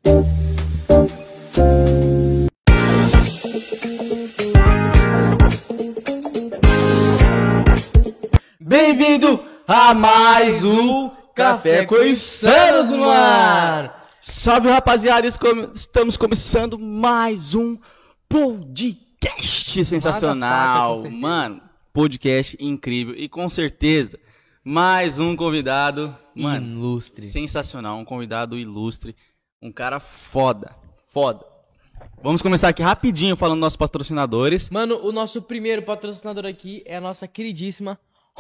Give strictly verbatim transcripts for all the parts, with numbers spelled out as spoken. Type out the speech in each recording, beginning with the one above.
Bem-vindo a mais um Café com Insanos, mano! Salve, rapaziada! Estamos começando mais um podcast sensacional, faca, mano! Podcast incrível e com certeza mais um convidado, mano, ilustre, sensacional, um convidado ilustre, um cara foda, foda. Vamos começar aqui rapidinho falando dos nossos patrocinadores. Mano, o nosso primeiro patrocinador aqui é a nossa queridíssima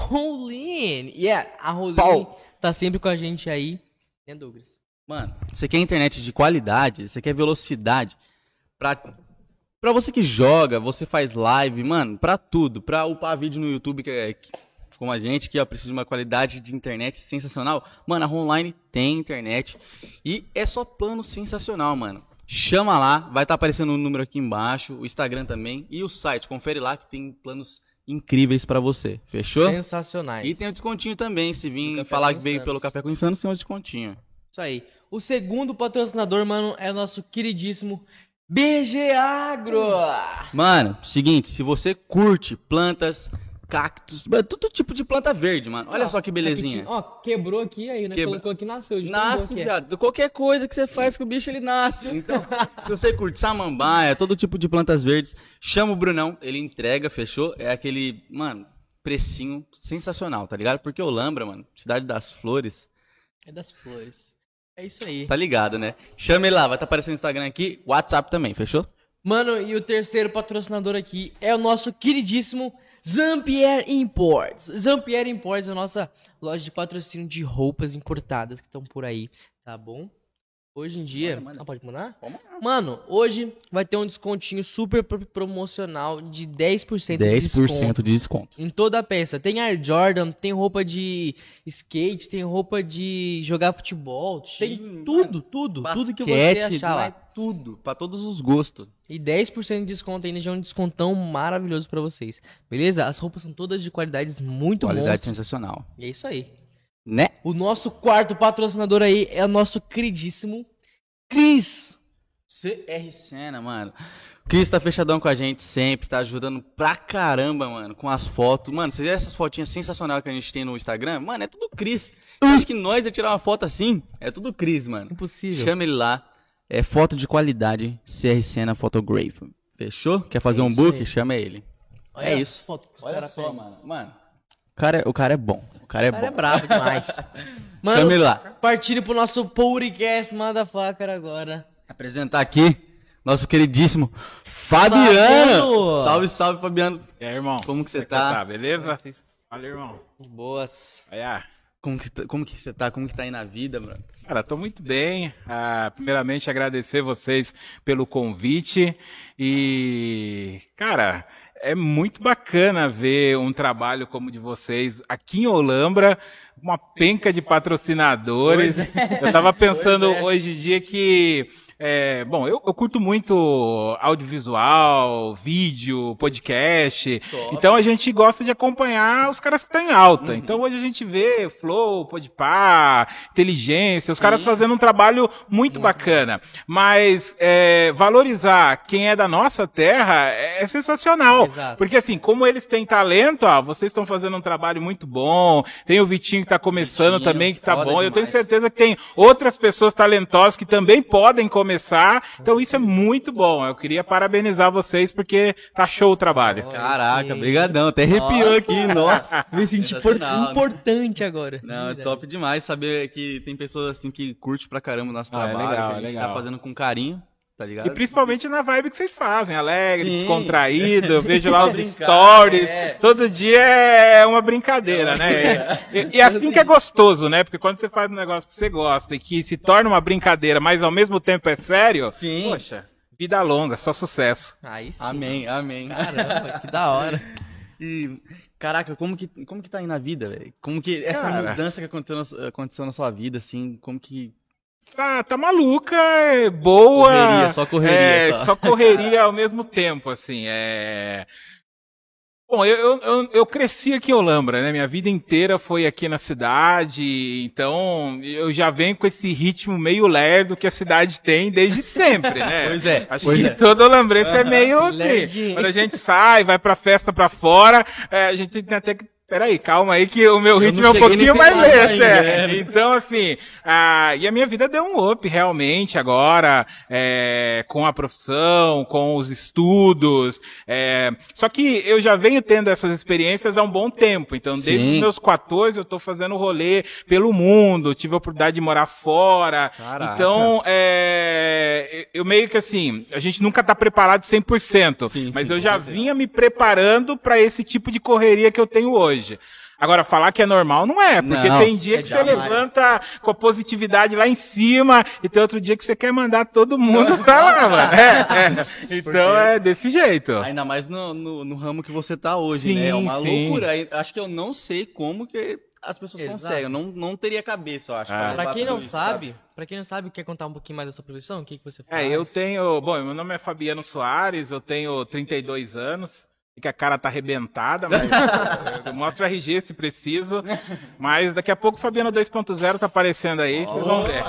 Rollin. Yeah, a Rollin tá sempre com a gente aí, né, Douglas? Mano, você quer internet de qualidade, você quer velocidade, pra, pra você que joga, você faz live, mano, pra tudo, pra upar vídeo no YouTube, que é, que, como a gente, que ó, precisa de uma qualidade de internet sensacional, mano, a Online tem internet e é só plano sensacional, mano. Chama lá, vai estar tá aparecendo o um número aqui embaixo, o Instagram também e o site, confere lá que tem planos incríveis pra você, fechou? Sensacionais. E tem o descontinho também, se vir falar que veio pelo Café com Insanos, tem um descontinho. Isso aí. O segundo patrocinador, mano, é o nosso queridíssimo B G Agro. Mano, seguinte, se você curte plantas, cactos, todo tipo de planta verde, mano. Olha ó, só que belezinha. Ó, quebrou aqui, aí, né? Quebra... Colocou aqui, nasceu. De nasce, viado. Qualquer coisa que você faz com o bicho, ele nasce. Então, se você curte samambaia, todo tipo de plantas verdes, chama o Brunão, ele entrega, fechou? É aquele, mano, precinho sensacional, tá ligado? Porque Olambra, mano, cidade das flores. É das flores. É isso aí. Tá ligado, né? Chama ele lá, vai estar tá aparecendo no Instagram aqui, WhatsApp também, fechou? Mano, e o terceiro patrocinador aqui é o nosso queridíssimo Zampier Imports. Zampier Imports é a nossa loja de patrocínio de roupas importadas que estão por aí, tá bom? Hoje em dia... Manda, manda. Ah, pode mandar? Pode mandar. Mano, hoje vai ter um descontinho super promocional de dez por cento de desconto. dez por cento de desconto. Em toda a peça. Tem Air Jordan, tem roupa de skate, tem roupa de jogar futebol, tem Sim, tudo, tudo. Basquete, tudo que você achar lá. Tudo, pra todos os gostos. E dez por cento de desconto ainda já é um descontão maravilhoso pra vocês. Beleza? As roupas são todas de qualidades muito boas. Qualidade sensacional. E é isso aí. Né? O nosso quarto patrocinador aí é o nosso queridíssimo Cris. C R Sena, mano. O Cris tá fechadão com a gente sempre, tá ajudando pra caramba, mano, com as fotos. Mano, vocês viram essas fotinhas sensacionais que a gente tem no Instagram? Mano, é tudo Cris. Você acha que nós ia tirar uma foto assim? É tudo Cris, mano. Impossível. Chama ele lá. É foto de qualidade, C R Sena Photography. Fechou? Quer fazer é um book? Aí. Chama ele. Olha é isso. Foto que os Olha só, mano. Mano. O cara, o cara é bom. O cara é o cara bom. é bravo demais. Mano, chama ele lá. Partindo pro nosso podcast, motherfucker, agora. Apresentar aqui nosso queridíssimo Fabiano. Fabiano. Salve, salve, Fabiano. E aí, irmão? Como que você Como tá? Você tá? Beleza? Valeu, irmão. Boas. Aí, ah. Como que, como que você tá? Como que tá aí na vida, mano? Cara, tô muito bem. Ah, primeiramente, agradecer vocês pelo convite. E, cara, é muito bacana ver um trabalho como o de vocês aqui em Olambra, uma penca de patrocinadores. É. Eu tava pensando é. hoje em dia que... É, bom, eu, eu curto muito audiovisual, vídeo, podcast. Top. Então a gente gosta de acompanhar os caras que estão em alta. Uhum. Então hoje a gente vê Flow, Podpah, Inteligência, os Sim. caras fazendo um trabalho muito uhum. bacana. Mas é, valorizar quem é da nossa terra é, é sensacional. Exato. Porque assim, como eles têm talento, ó, vocês estão fazendo um trabalho muito bom. Tem o Vitinho que tá começando Vitinho, também, que tá bom. Demais. Eu tenho certeza que tem outras pessoas talentosas que também podem começar. começar, então isso é muito bom. Eu queria parabenizar vocês porque tá show o trabalho. Caraca, brigadão, até arrepiou nossa. aqui, nossa. Me senti importante né? agora. Não, é top demais saber que tem pessoas assim que curte pra caramba o nosso ah, trabalho, é legal, que a gente legal. tá fazendo com carinho. Tá ligado? E principalmente na vibe que vocês fazem, alegre, Sim. descontraído, eu vejo lá os stories, é. todo dia é uma brincadeira, é. né? E, e assim que é gostoso, né? Porque quando você faz um negócio que você gosta e que se torna uma brincadeira, mas ao mesmo tempo é sério, sim. poxa, vida longa, só sucesso. Aí sim. Amém, amém. Caramba, que da hora. E, caraca, como que, como que tá aí na vida, velho? Como que essa Cara. mudança que aconteceu na, aconteceu na sua vida, assim, como que... Tá, tá maluca, é boa. Correria, só correria. É, só. só correria ao mesmo tempo, assim. É... Bom, eu, eu, eu cresci aqui em Olambra, né? Minha vida inteira foi aqui na cidade, então eu já venho com esse ritmo meio lerdo que a cidade tem desde sempre, né? Pois é. Acho pois que é. todo olambrense é meio assim. Lerdinho. Quando a gente sai, vai pra festa pra fora, é, a gente tem até que... Peraí, calma aí que o meu ritmo é um cheguei pouquinho nesse mais lado lento. ainda, É. né? Então, assim, ah, e a minha vida deu um up realmente agora, é, com a profissão, com os estudos. É, só que eu já venho tendo essas experiências há um bom tempo. Então, desde Sim. os meus quatorze eu tô fazendo rolê pelo mundo, tive a oportunidade de morar fora. Caraca. Então, é, eu meio que assim, a gente nunca tá preparado cem por cento. Sim, mas sim, eu com já certeza. vinha me preparando para esse tipo de correria que eu tenho hoje. Agora, falar que é normal não é, porque Não, tem dia é que você jamais. levanta com a positividade lá em cima e tem outro dia que você quer mandar todo mundo pra lá, mano. É, é. Então é desse jeito. Ainda mais no, no, no ramo que você tá hoje, Sim, né? É uma sim. loucura. Aí, acho que eu não sei como que as pessoas Exato. conseguem. Eu não, não teria cabeça, eu acho. Ah. Pra levar quem tudo não isso, sabe, pra quem não sabe, quer contar um pouquinho mais da sua profissão? O que, que você faz? É, eu tenho. Bom, meu nome é Fabiano Soares, eu tenho trinta e dois anos. E que a cara tá arrebentada, mas eu mostro o R G se preciso. Mas daqui a pouco o Fabiano dois ponto zero tá aparecendo aí, vocês vão ver.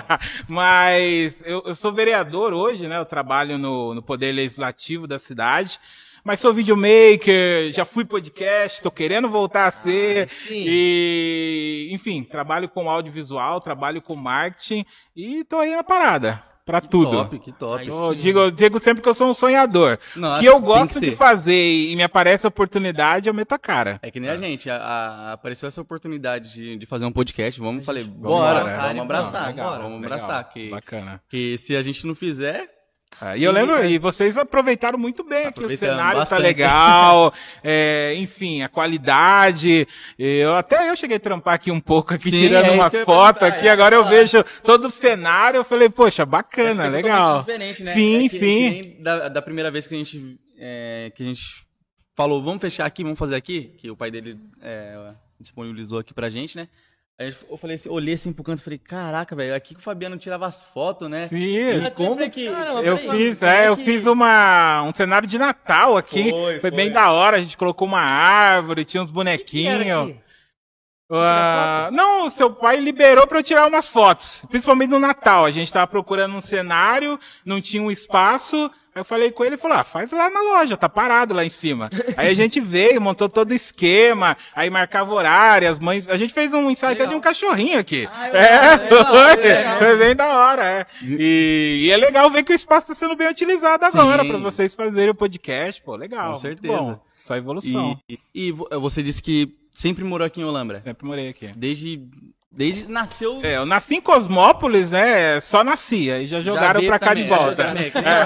Mas eu, eu sou vereador hoje, né? Eu trabalho no, no Poder Legislativo da cidade. Mas sou videomaker, já fui podcast, tô querendo voltar a ser. sim. E, enfim, trabalho com audiovisual, trabalho com marketing e tô aí na parada. Pra Que tudo. top, que top. Aí Eu sim. digo, eu digo sempre que eu sou um sonhador. Nossa, que eu tem gosto que de ser. fazer e me aparece a oportunidade, eu meto a cara. É que nem a gente, a, a- apareceu essa oportunidade de, de fazer um podcast, vamos, falei, vamos bora, embora, vamos vamos abraçar, legal, bora, vamos legal, abraçar, que, Bacana. que se a gente não fizer, É, e eu lembro, e vocês aproveitaram muito bem aqui, o Aproveitamos cenário bastante. tá legal, é, enfim, a qualidade, eu, até eu cheguei a trampar aqui um pouco, aqui Sim, tirando é isso umas que eu ia fotos perguntar, aqui, é, agora eu falar. vejo todo o cenário, eu falei, poxa, bacana, é legal. totalmente diferente, né? Sim, É que- sim. que nem da, da primeira vez que a gente, é, que a gente falou, vamos fechar aqui, vamos fazer aqui, que o pai dele é, disponibilizou aqui pra gente, né? Aí eu falei assim, olhei assim pro canto e falei, caraca, velho, aqui que o Fabiano tirava as fotos, né? Sim, E como que... Caramba, eu peraí, fiz, como é é, eu que- fiz uma, um cenário de Natal aqui. Foi, Foi, foi. bem da hora. A gente colocou uma árvore, tinha uns que era bonequinhos. aqui? Ah, não, seu pai liberou pra eu tirar umas fotos, principalmente no Natal. A gente tava procurando um cenário, não tinha um espaço. Aí eu falei com ele, ele falou, ah, faz lá na loja, tá parado lá em cima. Aí a gente veio, montou todo o esquema, aí marcava horário, as mães... A gente fez um ensaio até de um cachorrinho aqui. Ah, eu- é, legal, foi, legal. foi bem da hora, é. E, e é legal ver que o espaço tá sendo bem utilizado agora, Sim. pra vocês fazerem o podcast, pô, legal. Com muito certeza. bom. Só evolução. E, e vo- você disse que sempre morou aqui em Olambra. Sempre morei aqui. Desde, desde nasceu... É, eu nasci em Cosmópolis, né? Só nasci, aí já jogaram veio pra cá também, de volta. é, também, que nem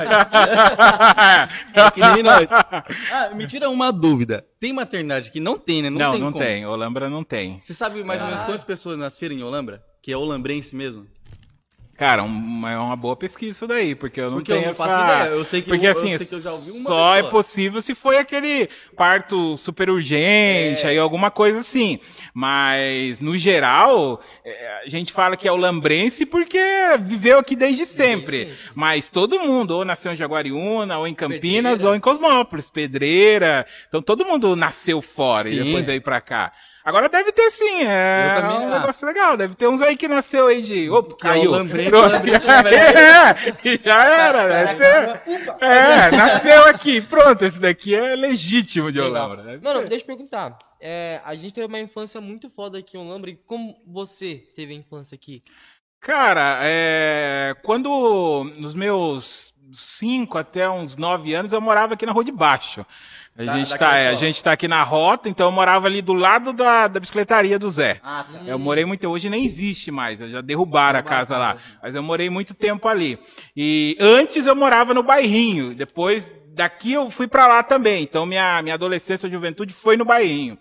nós. É que nem nós. Ah, me tira uma dúvida. Tem maternidade aqui? Não tem, né? Não, Não, tem não como. tem. Olambra não tem. Você sabe mais ou menos quantas pessoas nasceram em Olambra? Que é olambrense mesmo? Cara, um- é uma boa pesquisa isso daí, porque eu não Porque eu tenho não essa... faço ideia, eu sei que porque eu- eu assim, sei que eu já ouvi uma só é pessoa. possível se foi aquele parto super urgente, É. aí alguma coisa assim. Mas, no geral, é, a gente fala que é olambrense porque viveu aqui desde sempre. sempre. Mas todo mundo, ou nasceu em Jaguariúna, ou em Campinas, Pedreira. ou em Cosmópolis, Pedreira. Então todo mundo nasceu fora e Sim. depois veio pra cá. Agora deve ter sim, é Eu também- um ah. negócio legal. Deve ter uns aí que nasceu aí de... Opa, Que é caiu. olambrense, Pronto. olambrense, né, É, e já era, né? Tem- É, nasceu aqui. Pronto, esse daqui é legítimo de Legal. Olambra. Deve Mano, ter. deixa eu perguntar. É, a gente teve uma infância muito foda aqui em Olambra. E como você teve a infância aqui? Cara, é, quando nos meus cinco até uns nove anos eu morava aqui na Rua de Baixo. A, Da- gente, daquela tá, é, a escola. gente tá aqui na rota, então eu morava ali do lado da, da bicicletaria do Zé. Ah, tá. Eu morei muito, hoje nem existe mais, já derrubaram a casa lá. Mas eu morei muito tempo ali. E antes eu morava no bairrinho, depois daqui eu fui pra lá também. Então minha, minha adolescência e juventude foi no bairrinho.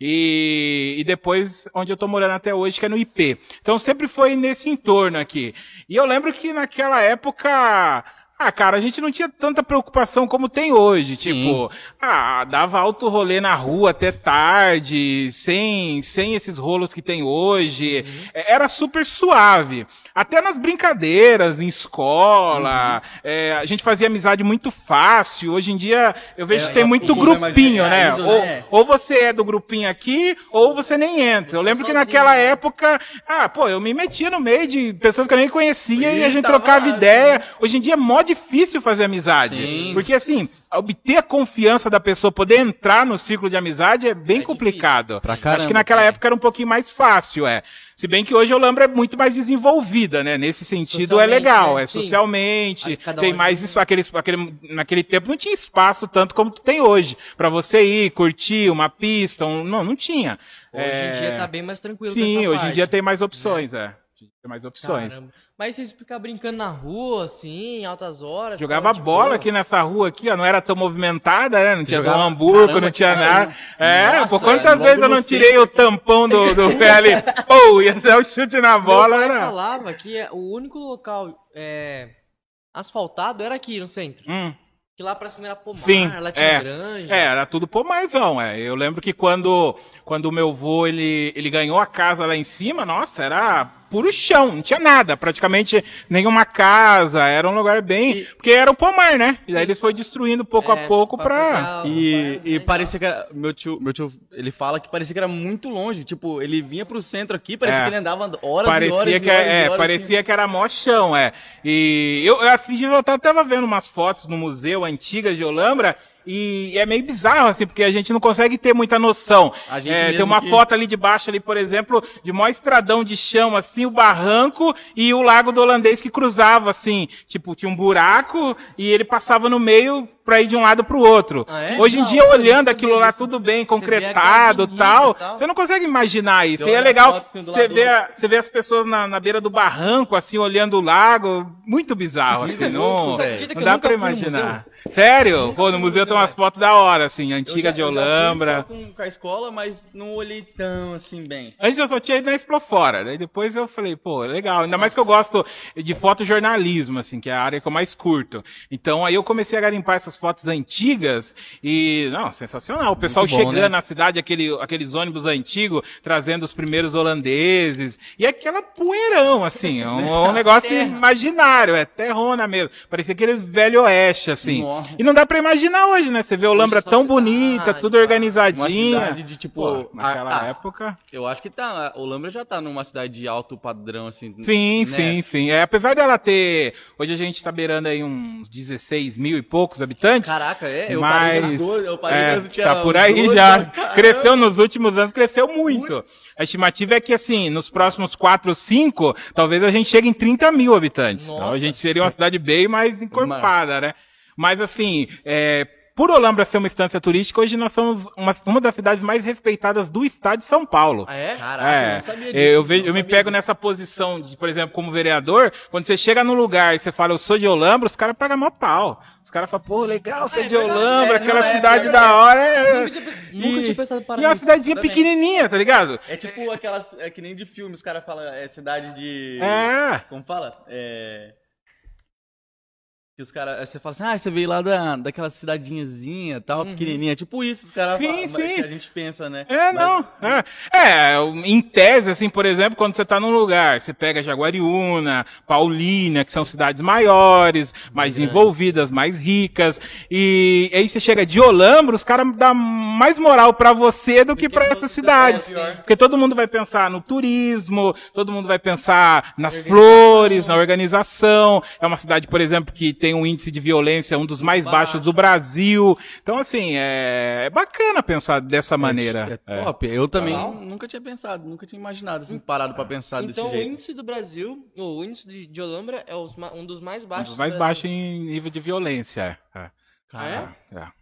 E, e depois onde eu tô morando até hoje, que é no I P. Então sempre foi nesse entorno aqui. E eu lembro que naquela época... Ah, cara, a gente não tinha tanta preocupação como tem hoje. Sim. Tipo, ah, dava alto rolê na rua até tarde, sem, sem esses rolos que tem hoje. Uhum. Era super suave. Até nas brincadeiras, em escola, uhum. é, a gente fazia amizade muito fácil. Hoje em dia, eu vejo é, que tem muito grupinho, né? Ido, ou, né? Ou você é do grupinho aqui, ou você nem entra. Eu lembro que naquela época, ah, pô, eu me metia no meio de pessoas que eu nem conhecia e, e a gente trocava lá, ideia. Assim. Hoje em dia é mó difícil fazer amizade. Sim. Porque assim, obter a confiança da pessoa, poder entrar no ciclo de amizade é bem é complicado. Pra caramba, acho que naquela é. época era um pouquinho mais fácil, é. Se bem que hoje a Olambra é muito mais desenvolvida, né? Nesse sentido é legal, né? É socialmente, tem mais isso, aquele, aquele, naquele tempo não tinha espaço tanto como tem hoje, pra você ir, curtir uma pista, um, não, não tinha. Hoje é... em dia tá bem mais tranquilo. Sim, hoje parte. em dia tem mais opções, é. é. Tem mais opções. Caramba. Mas vocês ficam brincando na rua, assim, altas horas? Jogava bola boa. aqui nessa rua aqui, ó, não era tão movimentada, né? Não Você tinha Dom Hamburgo, não tinha nada. É, Nossa, pô, quantas é, vezes eu não tirei o tampão do, do pé ali, ou ia dar o chute na bola, né? Eu era... falava que o único local é, asfaltado era aqui no centro. Hum. Que lá pra cima era pomar, Sim, lá tinha é, granja. É, era tudo pomarzão, é. Eu lembro que quando, quando o meu avô, ele, ele ganhou a casa lá em cima, nossa, era puro chão, não tinha nada, praticamente nenhuma casa, era um lugar bem... E, porque era o pomar, né? E daí eles foram destruindo pouco é, a pouco pra... pra... E, e parecia que era, meu tio, meu tio, ele fala que parecia que era muito longe, tipo, ele vinha pro centro aqui, parecia é. que ele andava horas parecia e horas que, e horas, é, e horas parecia assim. que era mó chão, é. E eu, assim, eu tava vendo umas fotos no museu antigas de Olambra, e é meio bizarro, assim, porque a gente não consegue ter muita noção. A gente é, tem uma que... foto ali de baixo, ali, por exemplo, de maior estradão de chão, assim, o barranco e o Lago do Holandês que cruzava, assim. Tipo, tinha um buraco e ele passava no meio pra ir de um lado pro outro. Ah, é? Hoje em não, dia, olhando aquilo lá tudo bem, concretado e tal, tal, você não consegue imaginar isso. E é legal assim, você ver, você ver as pessoas na, na beira do barranco, assim, olhando o lago. Muito bizarro, assim. Não, não dá pra imaginar. Sério? Pô, no museu tem umas fotos da hora, assim, antiga já, de Olambra. Eu já fui só com a escola, mas não olhei tão assim bem. Antes eu só tinha ido na Explofora, daí depois eu falei, pô, legal. Ainda mais que eu gosto de fotojornalismo, assim, que é a área que eu mais curto. Então aí eu comecei a garimpar essas fotos antigas e, não, sensacional. O pessoal bom, chegando né? na cidade, aquele, aqueles ônibus antigos, trazendo os primeiros holandeses. E aquela poeirão, assim, um, um negócio imaginário, é terrona mesmo. Parecia aqueles velho oeste, assim. Nossa. E não dá pra imaginar hoje, né? Você vê Olambra tão bonita, tudo organizadinha. Uma cidade de tipo... Pô, naquela a, a, época... Eu acho que tá... Olambra já tá numa cidade de alto padrão, assim. Sim, né? sim, sim. É, apesar dela ter... Hoje a gente tá beirando aí uns dezesseis mil e poucos habitantes. Caraca, é? Eu mas, parei doze, eu parei é, tinha tá por aí doze, já. Caramba. Cresceu nos últimos anos, cresceu muito. Putz. A estimativa é que, assim, nos próximos quatro, cinco, talvez a gente chegue em trinta mil habitantes. Nossa, então a gente seria uma cidade bem mais encorpada, né? Mas, assim, é, por Olambra ser uma instância turística, hoje nós somos uma, uma das cidades mais respeitadas do estado de São Paulo. Ah, é? Caraca, é, eu não sabia disso. Eu, vejo, eu me pego disso. Nessa posição, de, por exemplo, como vereador, quando você chega num lugar e você fala, eu sou de Olambra, os caras pagam mó pau. Os caras falam, pô, legal, você ah, é de Olambra, é, aquela não, cidade é, da é, hora. É, nunca tinha, nunca e, tinha pensado para E é uma cidadezinha pequenininha, tá ligado? É tipo aquelas, é que nem de filme, os caras falam, é cidade de... É. Como fala? É... Que os caras, você fala assim, ah, você veio lá da, daquela cidadinhazinha, tal, uhum. pequenininha, tipo isso, os caras falam, que a gente pensa, né? É, Mas, não, é. é, em tese, assim, por exemplo, quando você tá num lugar, você pega Jaguariúna, Paulínia, que são cidades maiores, mais é. envolvidas, mais ricas, e aí você chega de Olambra, os caras dão mais moral pra você do que pra essas cidades, é porque todo mundo vai pensar no turismo, todo mundo vai pensar nas flores, na organização, é uma cidade, por exemplo, que tem um índice de violência, um dos mais Baixo. baixos do Brasil. Então, assim, é, é bacana pensar dessa maneira. É, é top. É. Eu também ah. nunca tinha pensado, nunca tinha imaginado, assim, parado pra pensar então, desse jeito. Então, o índice do Brasil, o índice de, de Olambra é os, um dos mais baixos. Um dos mais baixos em nível de violência. É. Ah, é? É.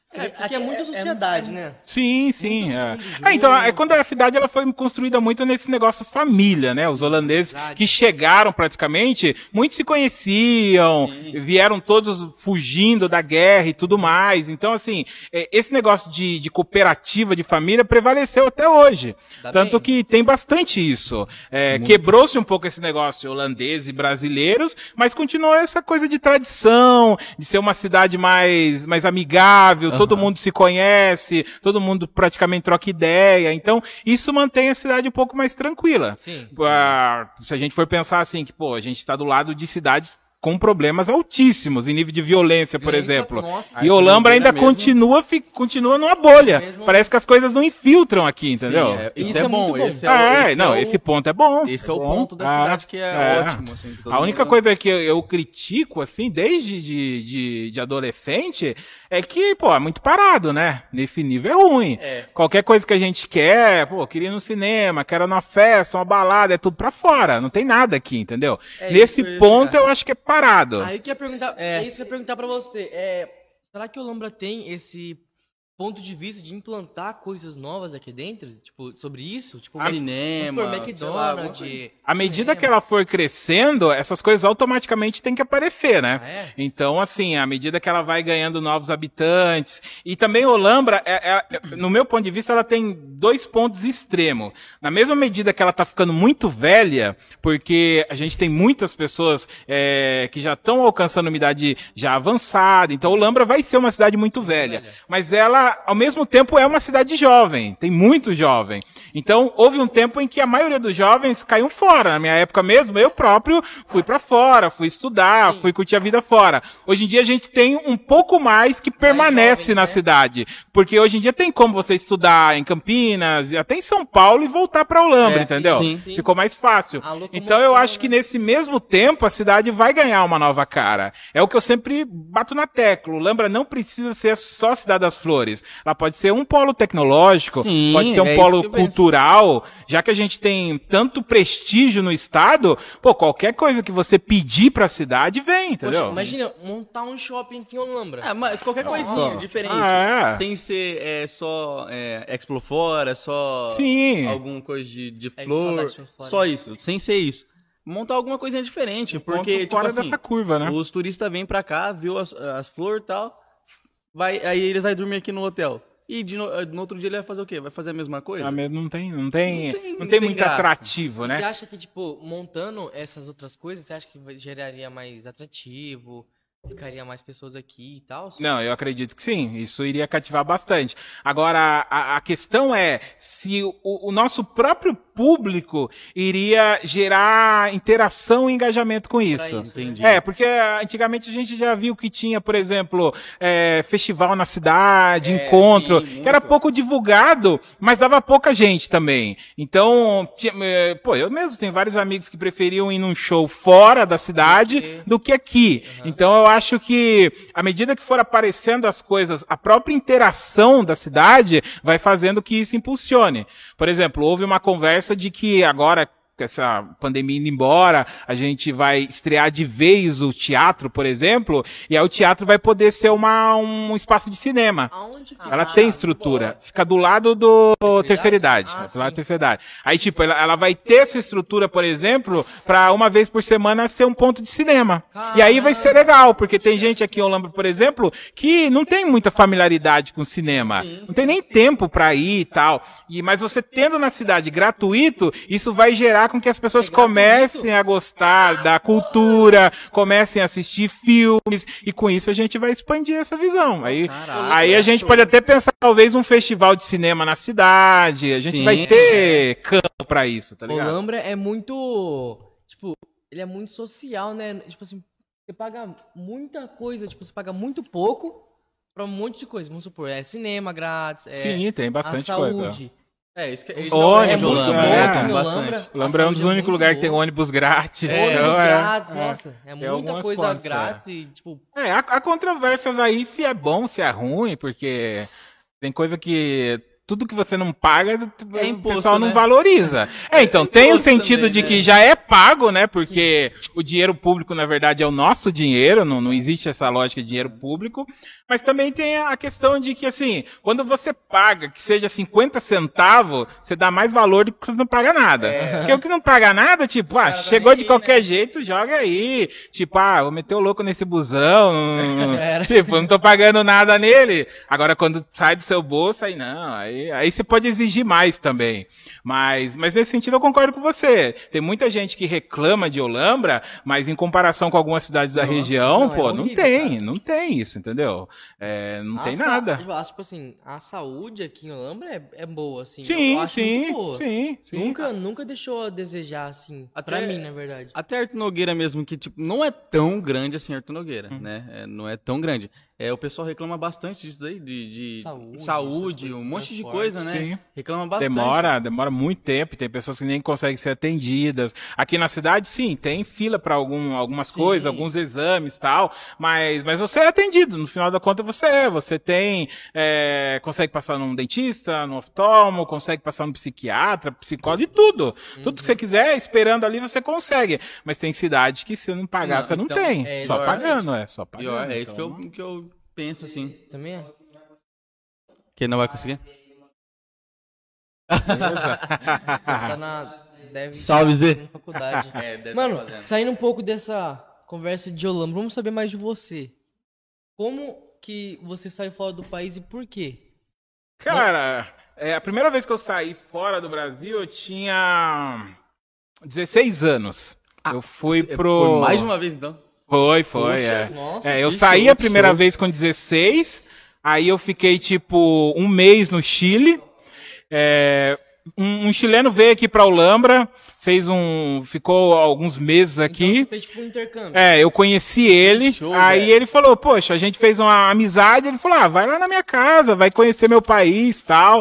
É, porque é muita sociedade, né? Sim, sim. É. É, então, é quando a cidade ela foi construída muito nesse negócio família, né? Os holandeses que chegaram praticamente, muitos se conheciam, sim. vieram todos fugindo da guerra e tudo mais. Então, assim, é, esse negócio de, de cooperativa, de família, prevaleceu até hoje. Tá Tanto bem. que tem bastante isso. É, quebrou-se um pouco esse negócio holandês e brasileiros, mas continuou essa coisa de tradição, de ser uma cidade mais, mais amigável, uhum. todo mundo se conhece, todo mundo praticamente troca ideia, então isso mantém a cidade um pouco mais tranquila. Sim. Ah, se a gente for pensar assim, que pô, a gente está do lado de cidades com problemas altíssimos em nível de violência, por violência, exemplo. Nossa, e Olambra ainda continua, fi, continua numa bolha. Mesmo... Parece que as coisas não infiltram aqui, entendeu? Sim, é, isso, isso é, é bom. bom. Esse é, é, esse não, é o... esse ponto é bom. Esse é, é o bom. ponto da ah, cidade que é, é. ótimo. Assim, a única mundo... coisa que eu, eu critico, assim, desde de, de, de adolescente, é que, pô, é muito parado, né? Nesse nível é ruim. É. Qualquer coisa que a gente quer, pô, queria ir no cinema, quero ir numa festa, uma balada, é tudo pra fora. Não tem nada aqui, entendeu? É Nesse ponto eu, eu acho que é parado. Aí que ia perguntar, é. é isso que eu ia perguntar pra você. É, será que o Olambra tem esse ponto de vista de implantar coisas novas aqui dentro? Tipo, sobre isso? Tipo, a cinema, por McDonald's. Lá, à medida que ela for crescendo, essas coisas automaticamente têm que aparecer, né? Ah, é? Então, assim, à medida que ela vai ganhando novos habitantes. E também Olambra, é, é, no meu ponto de vista, ela tem dois pontos extremos. Na mesma medida que ela tá ficando muito velha, porque a gente tem muitas pessoas é, que já estão alcançando uma idade já avançada. Então, Olambra vai ser uma cidade muito velha. Mas ela ao mesmo tempo é uma cidade jovem, tem muito jovem. Então, houve um tempo em que a maioria dos jovens caiu fora. Na minha época mesmo, eu próprio fui pra fora, fui estudar, Sim. fui curtir a vida fora. Hoje em dia a gente tem um pouco mais que permanece jovens, na né? cidade. Porque hoje em dia tem como você estudar em Campinas, até em São Paulo e voltar pra Olambra, é, entendeu? Sim, sim. Ficou mais fácil. Então eu acho que nesse mesmo tempo a cidade vai ganhar uma nova cara. É o que eu sempre bato na tecla. Olambra não precisa ser só a Cidade das Flores. Ela pode ser um polo tecnológico, Sim, pode ser um é polo cultural, já que a gente tem tanto prestígio no estado, pô, qualquer coisa que você pedir pra cidade vem, entendeu? Poxa, imagina, montar um shopping aqui em Olambra. É, mas qualquer Nossa. coisinha diferente, ah, é. sem ser é, só é, Expo Fora, só Sim. alguma coisa de, de flor, é, só isso, sem ser isso. Montar alguma coisinha diferente, porque, tipo fora assim, dessa curva, né? Os turistas vêm pra cá, viu as, as flores e tal, vai, aí ele vai dormir aqui no hotel. E de no, no outro dia ele vai fazer o quê? Vai fazer a mesma coisa? Ah, mas não tem, não tem, não tem, não não tem muito graça. atrativo, né? Você acha que, tipo, montando essas outras coisas, você acha que geraria mais atrativo? Ficaria mais pessoas aqui e tal? Não, eu acredito que sim. Isso iria cativar bastante. Agora, a, a questão é se o, o nosso próprio público iria gerar interação e engajamento com isso. isso Entendi. É, porque antigamente a gente já viu que tinha, por exemplo, é, festival na cidade, é, encontro, sim, que era pouco divulgado, mas dava pouca gente também. Então, tinha, pô, eu mesmo tenho vários amigos que preferiam ir num show fora da cidade do que aqui. Uhum. Então, eu acho que, à medida que for aparecendo as coisas, a própria interação da cidade vai fazendo que isso impulsione. Por exemplo, houve uma conversa de que agora, com essa pandemia indo embora, a gente vai estrear de vez o teatro, por exemplo, e aí o teatro vai poder ser uma, um espaço de cinema. Aonde fica? Ela ah, tem estrutura. Boa. Fica do lado do terceira idade. Ah, do lado da terceira idade. Aí, tipo, ela, ela vai ter essa estrutura, por exemplo, pra uma vez por semana ser um ponto de cinema. Caramba. E aí vai ser legal, porque tem gente aqui em Olambra, por exemplo, que não tem muita familiaridade com cinema. Sim, sim. Não tem nem tempo pra ir e tal. E, mas você tendo na cidade gratuito, isso vai gerar com que as pessoas comecem a gostar da cultura, comecem a assistir filmes, e com isso a gente vai expandir essa visão. Aí, aí a gente pode até pensar, talvez, um festival de cinema na cidade, a gente Sim. vai ter campo pra isso, tá ligado? Olambra é muito, tipo, ele é muito social, né? Tipo assim, você paga muita coisa, tipo, você paga muito pouco pra um monte de coisa. Vamos supor, é cinema grátis, é Sim, tem bastante a saúde. Coisa. É, isso, isso ônibus, é, é, é, tem bastante. Olambra é um dos únicos lugares que tem ônibus grátis. É, então, ônibus é, grátis, é, nossa. É, é muita coisa pontos, grátis é. e, tipo... É, a, a controvérsia aí se é bom, se é ruim, porque tem coisa que... Tudo que você não paga, é imposto, o pessoal não né? valoriza. É, então, é tem o sentido também, de que né? já é pago, né? Porque Sim. o dinheiro público, na verdade, é o nosso dinheiro, não, não existe essa lógica de dinheiro público. Mas também tem a questão de que, assim, quando você paga, que seja cinquenta centavos, você dá mais valor do que você não paga nada. É. Porque o que não paga nada, tipo, ah, chegou de qualquer né? jeito, joga aí. Tipo, ah, vou meter o louco nesse busão. Tipo, não tô pagando nada nele. Agora, quando sai do seu bolso, aí não. Aí, aí você pode exigir mais também. Mas, mas nesse sentido eu concordo com você. Tem muita gente que reclama de Olambra, mas em comparação com algumas cidades da Nossa, região, não, pô, é horrível, não tem, cara. não tem isso, entendeu? É, não a tem nada. Eu acho, tipo assim, a saúde aqui em Olambra é, é boa, assim. Sim, eu acho sim, muito boa. sim, sim. Nunca, nunca deixou a desejar, assim, até, pra mim, na verdade. Até Arthur Nogueira mesmo, que tipo, não é tão grande assim, Arthur Nogueira, hum. né? É, não é tão grande. É, o pessoal reclama bastante disso aí, de, de saúde, saúde um monte de coisa, né? Sim. Reclama bastante. Demora, demora muito tempo, tem pessoas que nem conseguem ser atendidas. Aqui na cidade, sim, tem fila para algum, algumas sim. coisas, alguns exames e tal, mas, mas você é atendido, no final da conta você é, você tem, é, consegue passar num dentista, num oftalmo, consegue passar num psiquiatra, psicólogo, de tudo. Uhum. Tudo que você quiser, esperando ali, você consegue. Mas tem cidade que se não pagar, não, você não então, tem. É, só pagando, é, só pagando. Pior, é então. isso que eu, que eu pensa assim. Também é. Que não vai conseguir? tá na, deve Salve, Zé. Na faculdade. É, deve Mano, tá saindo um pouco dessa conversa de Olambra, vamos saber mais de você. Como que você saiu fora do país e por quê? Cara, é, a primeira vez que eu saí fora do Brasil, eu tinha dezesseis anos. Ah, eu fui pro... Foi mais de uma vez, então? Foi, foi, Poxa, é. Nossa, é eu saí show, a primeira show. vez com dezesseis, aí eu fiquei, tipo, um mês no Chile. É, um, um chileno veio aqui pra Olambra, fez um... ficou alguns meses aqui. Então você fez, tipo, um intercâmbio. É, eu conheci ele, show, aí velho. ele falou, poxa, a gente fez uma amizade, ele falou, ah, vai lá na minha casa, vai conhecer meu país e tal...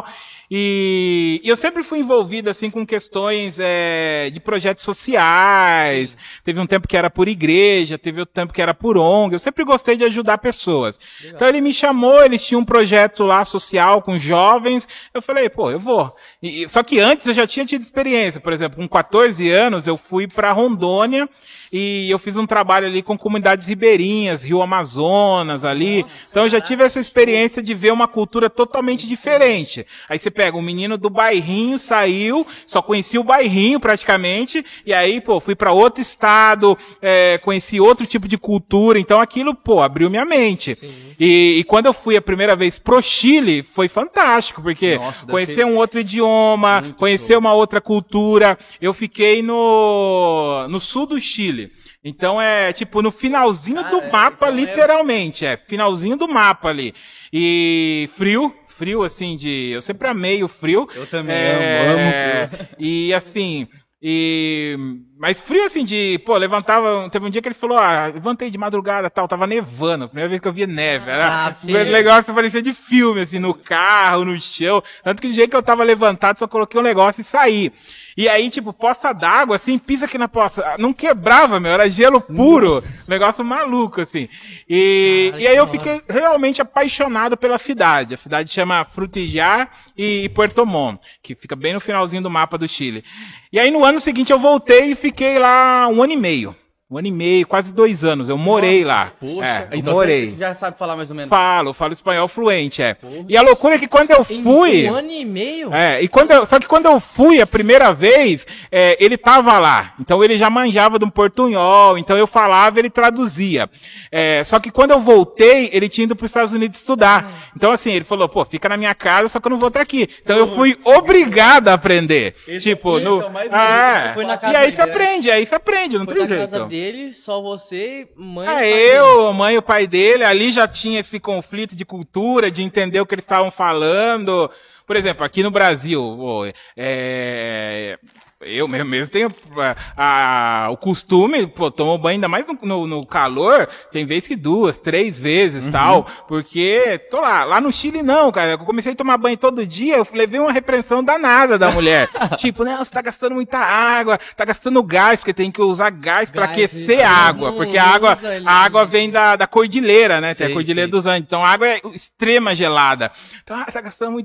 E eu sempre fui envolvido, assim, com questões é, de projetos sociais. Sim. Teve um tempo que era por igreja, teve outro tempo que era por O N G. Eu sempre gostei de ajudar pessoas. Legal. Então ele me chamou, eles tinham um projeto lá social com jovens. Eu falei, pô, eu vou. E, só que antes eu já tinha tido experiência. Por exemplo, com quatorze anos eu fui para Rondônia e eu fiz um trabalho ali com comunidades ribeirinhas, Rio Amazonas ali. Nossa, então eu já tive essa experiência de ver uma cultura totalmente diferente. Aí você pega um menino do bairrinho, saiu, só conhecia o bairrinho praticamente, e aí, pô, fui para outro estado, é, conheci outro tipo de cultura, então aquilo, pô, abriu minha mente. E, e quando eu fui a primeira vez pro Chile, foi fantástico, porque Nossa, conhecer um outro idioma, conhecer show. uma outra cultura, eu fiquei no, no sul do Chile. Então é tipo no finalzinho ah, do é, mapa, então literalmente, é... é, finalzinho do mapa ali. E frio, frio assim de... Eu sempre amei o frio. Eu também é, amo, amo frio. E assim... E... Mas frio assim de... Pô, levantava... Teve um dia que ele falou, ah, levantei de madrugada tal, tava nevando. Primeira vez que eu via neve. Era ah, um negócio que parecia de filme, assim, no carro, no chão. Tanto que do jeito que eu tava levantado, só coloquei um negócio e saí. E aí, tipo, poça d'água, assim, pisa aqui na poça. Não quebrava, meu, era gelo puro. Nossa. Negócio maluco, assim. E, Ai, e aí eu fiquei realmente apaixonado pela cidade. A cidade chama Frutillar e Puerto Montt, que fica bem no finalzinho do mapa do Chile. E aí no ano seguinte eu voltei e fiquei lá um ano e meio. Um ano e meio, quase dois anos. Eu morei Nossa, lá. Poxa, é, então morei. Você já sabe falar mais ou menos. Falo, falo espanhol fluente, é. Poxa. E a loucura é que quando eu fui... Em um ano e meio? É, e quando eu, só que quando eu fui a primeira vez, é, ele tava lá. Então ele já manjava de um portunhol, então eu falava, ele traduzia. É, só que quando eu voltei, ele tinha ido para os Estados Unidos estudar. Então assim, ele falou, pô, fica na minha casa, só que eu não vou estar aqui. Então eu fui obrigado a aprender. Esse, tipo, no... É mais ah, foi na casa e aí dele, você aprende, aí você aprende, não foi tem na jeito. Casa dele, só você, mãe e pai eu, dele. mãe e o pai dele, ali já tinha esse conflito de cultura, de entender o que eles estavam falando. Por exemplo, aqui no Brasil, pô, é... eu mesmo tenho a, a, o costume, pô, tomo banho ainda mais no, no, no calor, tem vezes que duas, três vezes, uhum. tal, porque tô lá, lá no Chile não, cara, eu comecei a tomar banho todo dia, eu levei uma repreensão danada da mulher, tipo, né, você tá gastando muita água, tá gastando gás, porque tem que usar gás, gás pra aquecer a água, não, porque a água, a água vem da, da cordilheira, né, sei, tem a cordilheira sei. dos Andes, então a água é extrema gelada, então, ah, tá gastando muito gás, tal.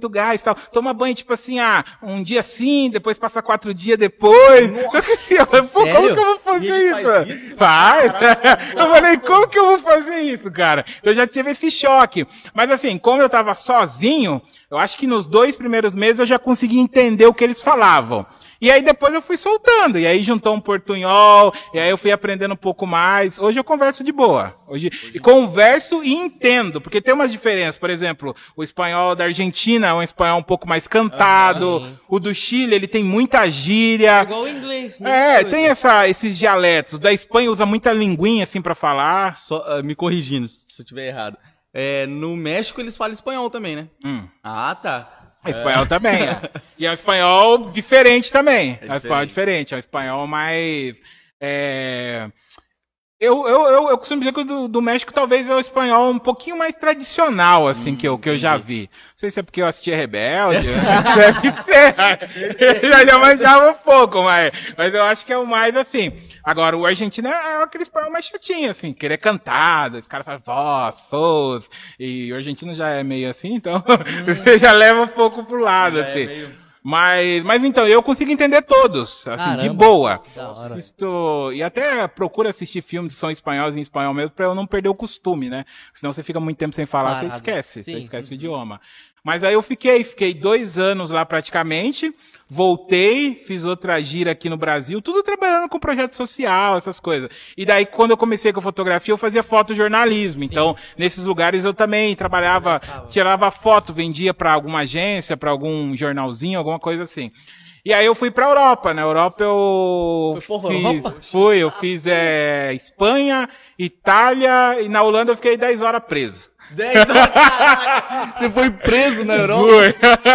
tal. Toma banho, tipo assim, ah, um dia sim, depois passa quatro dias depois. Nossa, eu falei, pô, como que eu vou fazer isso? Faz, isso? faz. Eu falei, como que eu vou fazer isso, cara? Eu já tive esse choque. Mas assim, como eu tava sozinho, eu acho que nos dois primeiros meses eu já consegui entender o que eles falavam. E aí depois eu fui soltando, e aí juntou um portunhol, e aí eu fui aprendendo um pouco mais. Hoje eu converso de boa. Hoje, Hoje... converso e entendo, porque tem umas diferenças. Por exemplo, o espanhol da Argentina é um espanhol um pouco mais cantado. Ah, o do Chile, ele tem muita gíria. É igual o inglês. É, coisa. tem essa, esses dialetos. Da Espanha usa muita linguinha, assim, pra falar. Só uh, me corrigindo se eu estiver errado. É, no México eles falam espanhol também, né? Hum. Ah, tá. É espanhol é. também, é. E é um espanhol diferente também. É, é um espanhol diferente, é um espanhol mais... É... Eu, eu, eu, eu costumo dizer que o do, do México talvez é o espanhol um pouquinho mais tradicional, assim, hum, que, eu, que eu já vi. Não sei se é porque eu assisti Rebelde, deve ser. Eu já, já manjava um pouco, mas, mas eu acho que é o mais assim. Agora, o argentino é aquele espanhol mais chatinho, assim, que ele é cantado, os caras falam vós, sous, e o argentino já é meio assim, então hum. já leva um pouco pro lado, já assim. É meio... Mas, mas então, eu consigo entender todos, assim, Caramba, de boa. Assisto, e até procuro assistir filmes que são espanhóis em espanhol mesmo, pra eu não perder o costume, né? Senão você fica muito tempo sem falar, Parado. você esquece, Sim. você esquece o idioma. Mas aí eu fiquei, fiquei dois anos lá praticamente, voltei, fiz outra gira aqui no Brasil, tudo trabalhando com projeto social, essas coisas. E daí, quando eu comecei com a fotografia, eu fazia fotojornalismo. Sim. Então, nesses lugares eu também trabalhava, tirava foto, vendia para alguma agência, para algum jornalzinho, alguma coisa assim. E aí eu fui pra Europa. Na Europa eu Foi por fiz, Europa? fui, eu fiz é, Espanha, Itália, e na Holanda eu fiquei dez horas preso. dez horas? Você foi preso na Europa? Fui.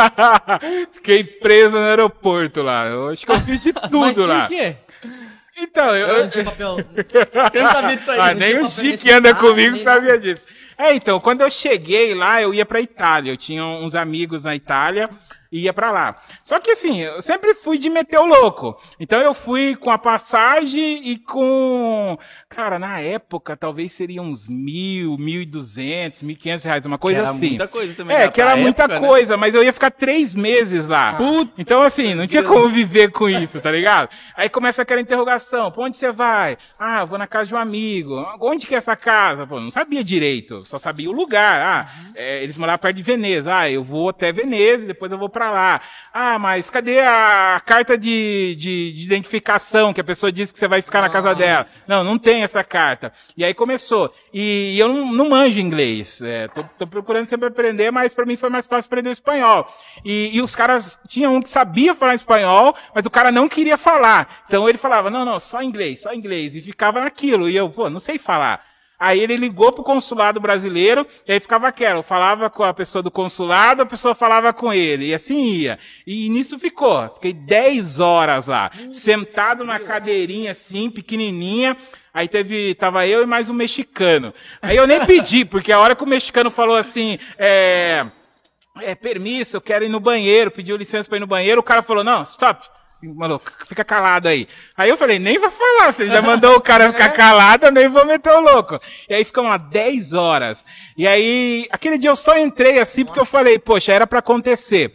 Fiquei preso no aeroporto lá. Eu acho que eu fiz de tudo Mas por lá. Por quê? Então, eu... eu não tinha papel. Eu não sabia disso aí. Ah, nem o Chico que anda comigo sabia disso. É, então, quando eu cheguei lá, eu ia pra Itália. Eu tinha uns amigos na Itália e ia pra lá. Só que assim, eu sempre fui de meter o louco. Então eu fui com a passagem e com... Cara, na época, talvez seriam uns mil, mil e duzentos, mil e quinhentos reais, uma coisa que era assim. muita coisa também. É, que era muita época, coisa, né? Mas eu ia ficar três meses lá. Puta, então assim, não tinha como viver com isso, tá ligado? Aí começa aquela interrogação, pra onde você vai? Ah, eu vou na casa de um amigo. Onde que é essa casa? Pô, não sabia direito, só sabia o lugar. Ah, uhum. é, eles moravam perto de Veneza. Ah, eu vou até Veneza e depois eu vou pra lá. Ah, mas cadê a carta de, de, de identificação que a pessoa disse que você vai ficar na casa dela? Não, não tem essa carta. E aí começou. E, e eu não, não manjo inglês. É, tô, tô procurando sempre aprender, mas pra mim foi mais fácil aprender o espanhol. E, e os caras, tinha um que sabia falar espanhol, mas o cara não queria falar. Então ele falava, não, não, só inglês, só inglês. E ficava naquilo. E eu, pô, não sei falar. Aí ele ligou pro consulado brasileiro, e aí ficava aquela, eu falava com a pessoa do consulado, a pessoa falava com ele, e assim ia. E nisso ficou, fiquei dez horas lá, sentado na cadeirinha assim, pequenininha, aí teve, tava eu e mais um mexicano. Aí eu nem pedi, porque a hora que o mexicano falou assim, é, é permisso, eu quero ir no banheiro, pediu licença pra ir no banheiro, o cara falou, não, stop. Maluco, fica calado aí. Aí eu falei, nem vou falar, você já mandou o cara ficar calado, eu nem vou meter o louco. E aí ficamos lá dez horas. E aí, aquele dia eu só entrei assim porque eu falei, poxa, era pra acontecer.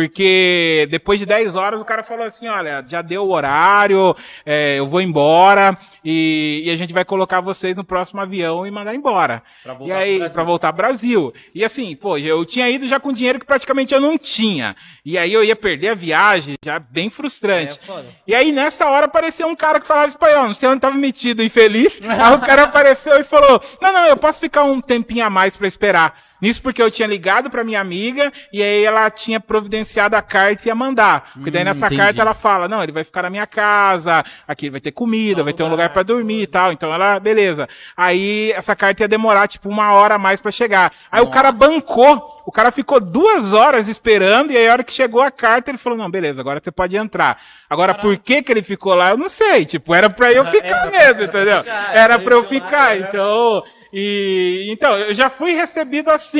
Porque depois de dez horas o cara falou assim, olha, já deu o horário, é, eu vou embora e, e a gente vai colocar vocês no próximo avião e mandar embora. Pra voltar e aí, pra voltar ao Brasil. E assim, pô, eu tinha ido já com dinheiro que praticamente eu não tinha. E aí eu ia perder a viagem, já bem frustrante. É, e aí, nessa hora, apareceu um cara que falava espanhol. Não sei onde estava metido, infeliz. Aí o cara apareceu e falou, não, não, eu posso ficar um tempinho a mais para esperar. Nisso porque eu tinha ligado pra minha amiga e aí ela tinha providenciado a carta e ia mandar. Porque daí nessa hum, carta ela fala, não, ele vai ficar na minha casa, aqui vai ter comida, vai ter um lugar pra dormir e tal. Então ela, beleza. Aí essa carta ia demorar tipo uma hora a mais pra chegar. Aí Nossa. O cara bancou, o cara ficou duas horas esperando e aí a hora que chegou a carta ele falou, não, beleza, agora você pode entrar. Agora Caramba. Por que que ele ficou lá, eu não sei. Tipo, era pra eu ficar mesmo, entendeu? Ficar, era pra eu ficar, então... E, então, eu já fui recebido assim.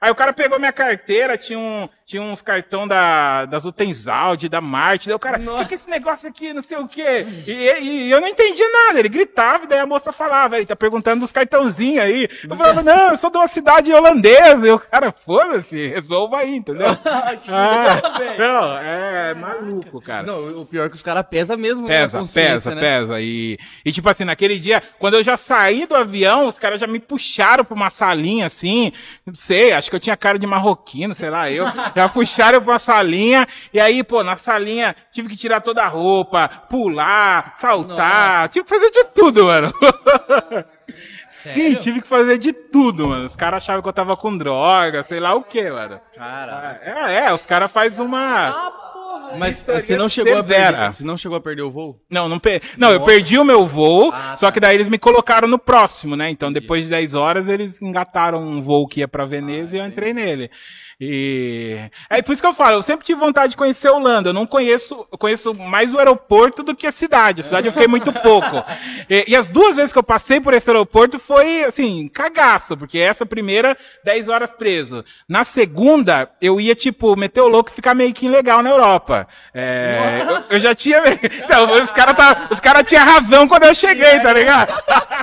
Aí o cara pegou minha carteira, tinha, um, tinha uns cartão da, das Utensald, da Marte. Daí o cara, o que, que é esse negócio aqui, não sei o quê? E, e, e eu não entendia nada. Ele gritava e daí a moça falava, ele tá perguntando dos cartãozinhos aí. Eu falava, não, eu sou de uma cidade holandesa. E o cara, foda-se, resolva aí, entendeu? ah, não, é maluco, cara. Não, o pior é que os caras pesam mesmo. Pesa, pesa, né? pesa. E, e tipo assim, naquele dia, quando eu já saí do avião, os caras já me puxaram pra uma salinha assim, não sei, acho que eu tinha cara de marroquino, sei lá, eu. Já puxaram pra uma salinha, e aí, pô, na salinha tive que tirar toda a roupa, pular, saltar, Nossa. tive que fazer de tudo, mano. Sim, tive que fazer de tudo, mano. Os caras achavam que eu tava com droga, sei lá o que, mano. Caraca. É, é, os caras fazem uma... Ah, porra. Mas você não chegou a perder, você não chegou a perder o voo? Não, não, per... não eu perdi o meu voo, ah, só tá. que daí eles me colocaram no próximo, né? Então depois de dez horas eles engataram um voo que ia pra Veneza ah, e eu entrei nele. E é por isso que eu falo, eu sempre tive vontade de conhecer a Holanda. Eu não conheço, eu conheço mais o aeroporto do que a cidade. A cidade eu fiquei muito pouco. E, e as duas vezes que eu passei por esse aeroporto foi, assim, cagaço, porque essa primeira, dez horas preso. Na segunda, eu ia, tipo, meter o louco e ficar meio que ilegal na Europa. É, eu, eu já tinha... Então, os caras tá, os cara tinham razão quando eu cheguei, tá ligado?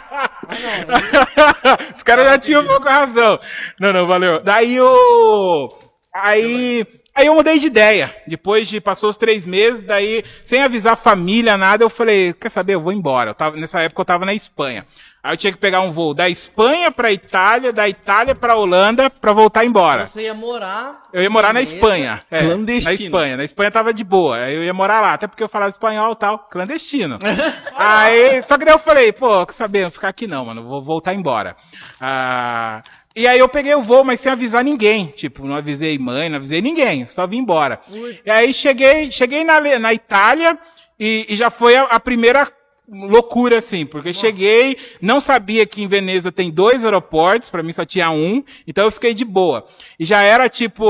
Os caras já tinham um pouco razão. Não, não, valeu. Daí o... Aí, aí eu mudei de ideia. Depois de, passou os três meses, daí, sem avisar a família, nada, eu falei, quer saber, eu vou embora. Eu tava, nessa época eu tava na Espanha. Aí eu tinha que pegar um voo da Espanha pra Itália, da Itália pra Holanda, pra voltar embora. Você ia morar... Eu ia morar na Espanha. É, clandestino. Na Espanha. Na Espanha tava de boa. Aí eu ia morar lá, até porque eu falava espanhol e tal. Clandestino. Aí, só que daí eu falei, pô, quer saber, não vou ficar aqui não, mano, vou voltar embora. Ah... E aí eu peguei o voo, mas sem avisar ninguém. Tipo, não avisei mãe, não avisei ninguém. Só vim embora. Ui. E aí cheguei, cheguei na, na Itália e, e já foi a, a primeira loucura, assim. Porque Nossa. cheguei, não sabia que em Veneza tem dois aeroportos. Pra mim só tinha um. Então eu fiquei de boa. E já era tipo...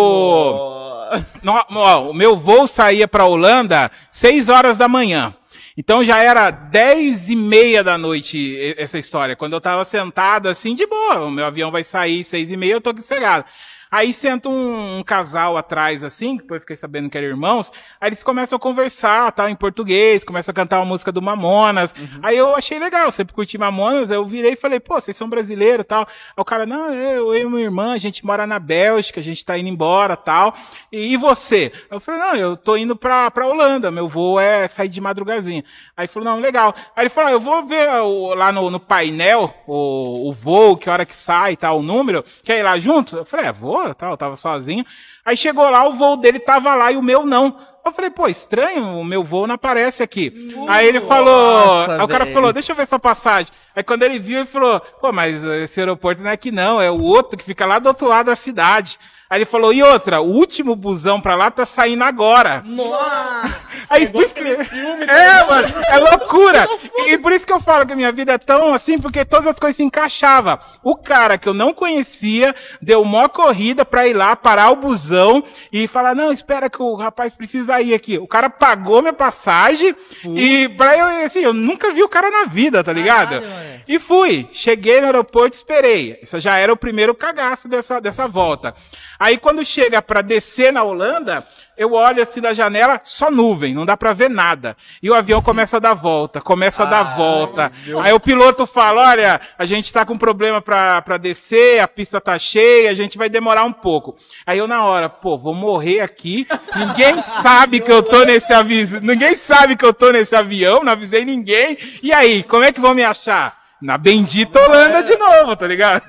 No, ó, o meu voo saía pra Holanda seis horas da manhã. Então já era dez e meia da noite essa história. Quando eu tava sentado assim, de boa, o meu avião vai sair seis e meia, eu tô aqui sossegado. Aí senta um, um casal atrás, assim, que depois eu fiquei sabendo que eram irmãos, aí eles começam a conversar, tal, em português, começam a cantar uma música do Mamonas. Uhum. Aí eu achei legal, sempre curti Mamonas, eu virei e falei, pô, vocês são brasileiros, tal. Aí o cara, não, eu, eu e minha irmã, a gente mora na Bélgica, a gente tá indo embora, tal. E, e você? Eu falei, não, eu tô indo pra, pra Holanda, meu voo é sair de madrugazinha. Aí ele falou, não, legal. Aí ele falou, ah, eu vou ver o, lá no, no painel, o, o voo, que hora que sai, tal, o número, quer ir lá junto? Eu falei, é, vou. Tal, eu tava sozinho. Aí chegou lá, o voo dele tava lá e o meu não. Eu falei, pô, estranho, o meu voo não aparece aqui. Uh, aí ele falou, nossa, aí o cara véio. falou, deixa eu ver essa passagem. Aí quando ele viu, ele falou, pô, mas esse aeroporto não é aqui não, é o outro que fica lá do outro lado da cidade. Aí ele falou, e outra, o último busão pra lá tá saindo agora. Nossa! Aí por isso que... filme, é, mano, é loucura. E por isso que eu falo que a minha vida é tão assim, porque todas as coisas se encaixavam. O cara que eu não conhecia, deu mó corrida pra ir lá, parar o busão e falar, não, espera que o rapaz precisa ir aqui. O cara pagou minha passagem uh. e pra eu, assim, eu nunca vi o cara na vida, tá ligado? Caralho, e fui. Cheguei no aeroporto e esperei. Isso já era o primeiro cagaço dessa, dessa volta. Aí quando chega pra descer na Holanda, eu olho assim da janela, só nuvem, não dá pra ver nada. E o avião começa a dar volta, começa a dar ah, volta. Aí o piloto fala, olha, a gente tá com problema pra, pra descer, a pista tá cheia, a gente vai demorar um pouco. Aí eu na hora, pô, vou morrer aqui, ninguém sabe que eu tô nesse aviso, ninguém sabe que eu tô nesse avião, não avisei ninguém. E aí, como é que vão me achar? Na bendita Holanda de novo, tá ligado?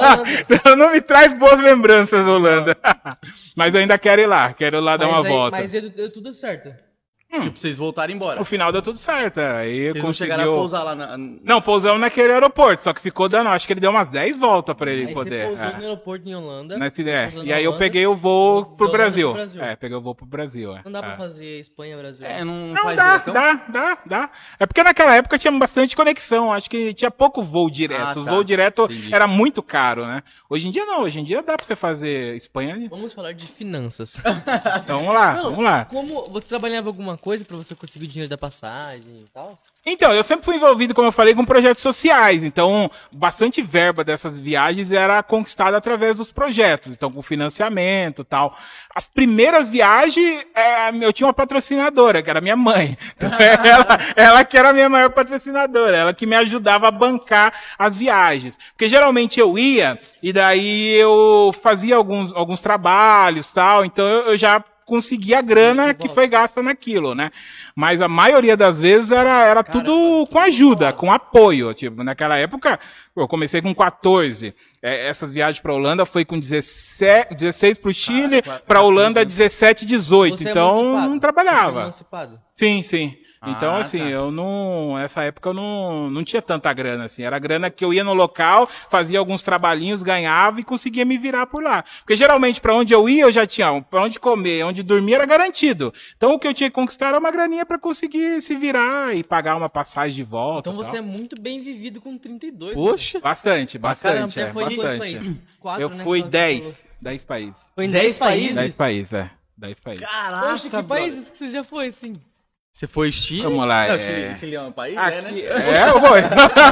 Não, não me traz boas lembranças, Holanda. Mas eu ainda quero ir lá, quero ir lá mas dar uma aí, volta. Mas deu, deu tudo certo. Hum. Tipo, vocês voltaram embora. No final deu tudo certo. Aí vocês conseguiu... não chegaram a pousar lá na... Não, pousamos naquele aeroporto, só que ficou dando, acho que ele deu umas dez voltas pra ele aí poder. Você pousou é. no aeroporto em Holanda. Nesse, é. E aí eu peguei o voo pro Brasil. Brasil. É, peguei o voo pro Brasil. É. Não dá pra é. fazer Espanha-Brasil. É, não, não faz dá, direto. dá, dá, dá. É porque naquela época tinha bastante conexão, acho que tinha pouco voo direto. Ah, o tá. voo direto Entendi. era muito caro, né? Hoje em dia não, hoje em dia dá pra você fazer Espanha. Vamos falar de finanças. Então vamos lá, Não, vamos lá. Como você trabalhava alguma coisa pra você conseguir o dinheiro da passagem e tal? Então, eu sempre fui envolvido, como eu falei, com projetos sociais. Então, bastante verba dessas viagens era conquistada através dos projetos. Então, com financiamento e tal. As primeiras viagens, é, eu tinha uma patrocinadora, que era minha mãe. Então, ela, ela que era a minha maior patrocinadora. Ela que me ajudava a bancar as viagens. Porque geralmente eu ia, e daí eu fazia alguns, alguns trabalhos e tal. Então, eu, eu já conseguir a grana que foi gasta naquilo, né? Mas a maioria das vezes era, era tudo com ajuda, com apoio. Tipo, naquela época, eu comecei com quatorze. É, essas viagens para Holanda foi com dezessete, dezesseis para o Chile, para Holanda dezessete, dezoito. Você é Então, emancipado? não trabalhava. Você é emancipado? Sim, sim. Então, Ah, assim, tá. eu não, nessa época eu não, não tinha tanta grana, assim. Era grana que eu ia no local, fazia alguns trabalhinhos, ganhava e conseguia me virar por lá. Porque geralmente, pra onde eu ia, eu já tinha pra onde comer, onde dormir era garantido. Então, o que eu tinha que conquistar era uma graninha pra conseguir se virar e pagar uma passagem de volta. Então e você tal. é muito bem vivido com trinta e dois. Poxa. Bastante, Caramba, bastante, você é, foi em quantos bastante. países? Quatro, Eu né, fui só que dez, você falou. dez países. Foi em Dez dez países? dez países, é. dez países. Caraca, Poxa, que países que você já foi, assim? Você foi Chile? Vamos lá, Não, é- Chile, Chile é um país, é, Aqui, né? é, foi.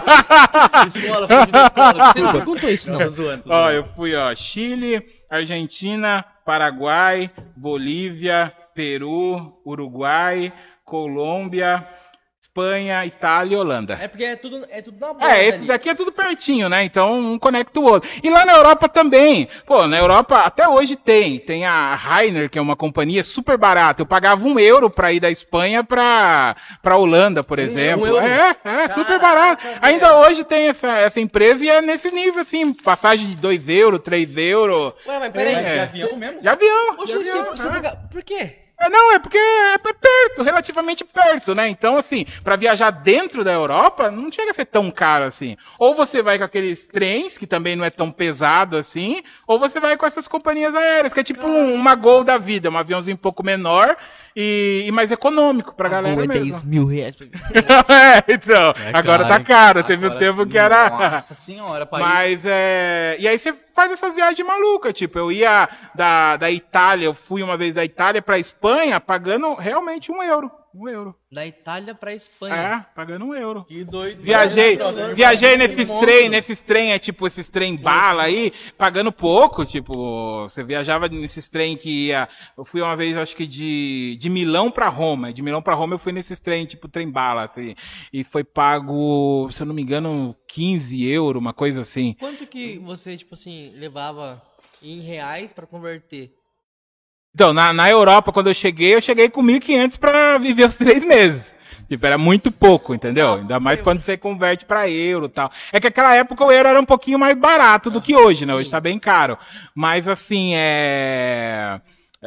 Escola, fugi da escola. Você não perguntou isso, não. Não, zoando. tô Ó, zoando. eu fui, ó, Chile, Argentina, Paraguai, Bolívia, Peru, Uruguai, Colômbia, Espanha, Itália e Holanda. É porque é tudo, é tudo na bola. É, esse daqui é tudo pertinho, né? Então um conecta o outro. E lá na Europa também. Pô, na Europa até hoje tem. Tem a Rainer, que é uma companhia super barata. Eu pagava um euro pra ir da Espanha pra, pra Holanda, por exemplo. euro? É, é, super barato. Ainda hoje tem essa, essa empresa e é nesse nível, assim, passagem de dois euros, três euros. Ué, mas peraí. É. De avião mesmo? De avião. Oxe, de você, avião, você é. paga- Por quê? É, não, é porque é perto, relativamente perto, né? Então, assim, pra viajar dentro da Europa, não chega a ser tão caro assim. Ou você vai com aqueles trens, que também não é tão pesado assim, ou você vai com essas companhias aéreas, que é tipo um, uma Gol da vida, um aviãozinho um pouco menor e, e mais econômico pra galera Pô, é mesmo. dez mil reais. pra- É, então, agora caro, tá hein? caro, teve um Agora- tempo que era... Nossa senhora, país. Mas é. E aí você faz essa viagem maluca. Tipo, eu ia da, da Itália, eu fui uma vez da Itália pra Espanha pagando realmente um euro. Um euro. Da Itália pra Espanha. É, pagando um euro. Que doido. Viajei, Brother, viajei que nesses monstro. trem, nesses trem, é tipo esses trem bala aí, pagando pouco, tipo, você viajava nesses trem que ia, eu fui uma vez, acho que de, de Milão pra Roma, de Milão pra Roma eu fui nesses trem, tipo, trem bala, assim, e foi pago, se eu não me engano, quinze euros, uma coisa assim. Quanto que você, tipo assim, levava em reais pra converter? Então, na, na Europa, quando eu cheguei, eu cheguei com mil e quinhentos pra viver os três meses. Tipo, era muito pouco, entendeu? Ainda mais quando você converte pra euro e tal. É que naquela época o euro era um pouquinho mais barato do que hoje, né? Hoje tá bem caro. Mas, assim, é...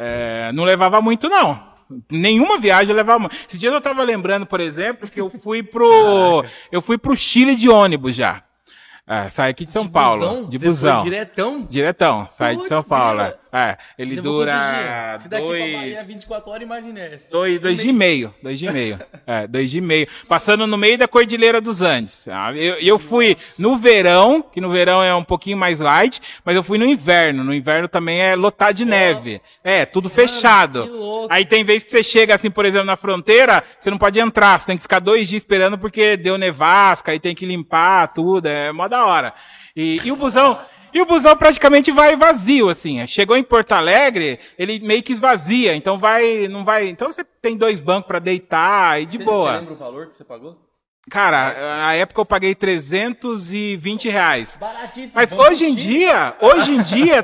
é não levava muito, não. Nenhuma viagem levava muito. Esses dias eu tava lembrando, por exemplo, que eu fui pro... eu fui pro Chile de ônibus já. É, saí aqui de São De Paulo. busão? De Você busão. foi diretão? Diretão, sai de São Putz, Paulo. grila. É, ele Levou dura quantos Se daqui pra Bahia dois, é vinte e quatro horas, imagina essa. dois, dois dias e meio, dois dias e meio. É, dois dias e meio. Passando no meio da Cordilheira dos Andes. Ah, Eu, eu fui no verão, que no verão é um pouquinho mais light, mas eu fui no inverno. No inverno também é lotado de neve. É, tudo fechado. que louco. Aí tem vez que você chega assim, por exemplo, na fronteira, você não pode entrar, você tem que ficar dois dias esperando porque deu nevasca, aí tem que limpar tudo, é mó da hora. E, e o busão, e o busão praticamente vai vazio, assim. Chegou em Porto Alegre, ele meio que esvazia, então vai, não vai, então você tem dois bancos pra deitar e de Você- boa. Você lembra o valor que você pagou? Cara, na época eu paguei trezentos e vinte reais. Baratíssimo. Mas Vamos hoje em pro Chile. dia, hoje em dia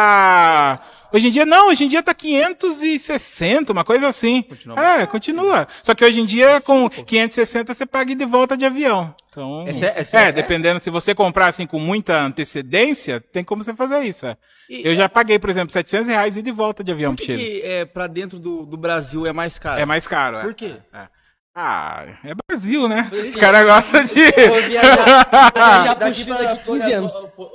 tá... Hoje em dia não, hoje em dia tá quinhentos e sessenta, uma coisa assim. Continua É, continua. Só que hoje em dia com quinhentos e sessenta você paga de volta de avião. Então, É sé- é é, sério? dependendo, se você comprar assim com muita antecedência, tem como você fazer isso. É. E- Eu já paguei, por exemplo, setecentos reais e de volta de avião Por pro que, Chile. que é, pra dentro do, do Brasil é mais caro? É mais caro, é. Por quê? É. Ah, é Brasil, né? Os isso. caras gostam de... Vou viajar, viajar pro Daqui Chile pra daqui quinze anos.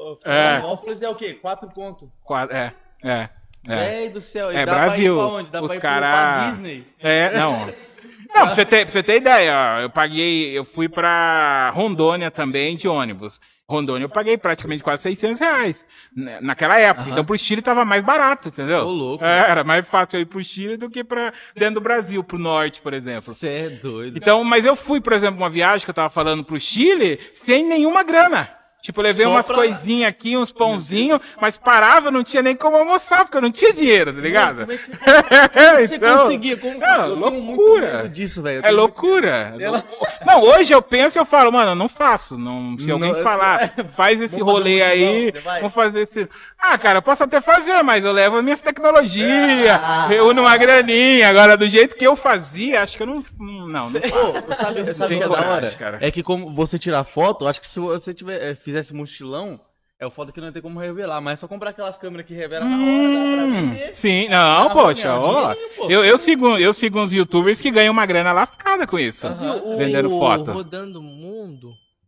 É. Florianópolis é o quê? Quatro conto. Qua- É, é. É, Véi do céu. E é dá Brasil. pra ir pra onde? Dá Os pra ir cara... pra Disney? É, não. Não, pra você ter, pra você ter ideia, ó, eu paguei, eu fui pra Rondônia também de ônibus. Rondônia eu paguei praticamente quase seiscentos reais né, naquela época. Então pro Chile tava mais barato, entendeu? Ô, louco. É, era mais fácil eu ir pro Chile do que pra dentro do Brasil, pro norte, por exemplo. Você é doido. Então, mas eu fui, por exemplo, uma viagem que eu tava falando pro Chile sem nenhuma grana. Tipo, eu levei Só umas pra- coisinhas aqui, uns pãozinhos, mas parava, não tinha nem como almoçar, porque eu não tinha dinheiro, tá ligado? Como é que você, como você Então, conseguia? Como, não, eu tenho muito loucura. medo disso, velho. É loucura. Não, hoje eu penso e eu falo, mano, eu não faço. Não, se alguém Não, falar, faz esse Vamos fazer rolê um aí, mochilão, você vai? vamos fazer esse... Ah, cara, eu posso até fazer, mas eu levo as minhas tecnologias, reúno uma graninha. Agora, do jeito que eu fazia, acho que eu não... Não, não faço. Pô, sabe, sabe o Tem que é da coragem, hora? cara. É que como você tirar foto, acho que se você tiver, é, fizesse mochilão, é o foda que não tem como revelar, mas é só comprar aquelas câmeras que revelam na hora, dá pra Hum, vender. sim, não, Dá pra poxa, ganhar um ó. dinheirinho, pô. Eu, eu, sigo, eu sigo uns youtubers que ganham uma grana lascada com isso. O, Vendendo foto. Rodando o Mundo,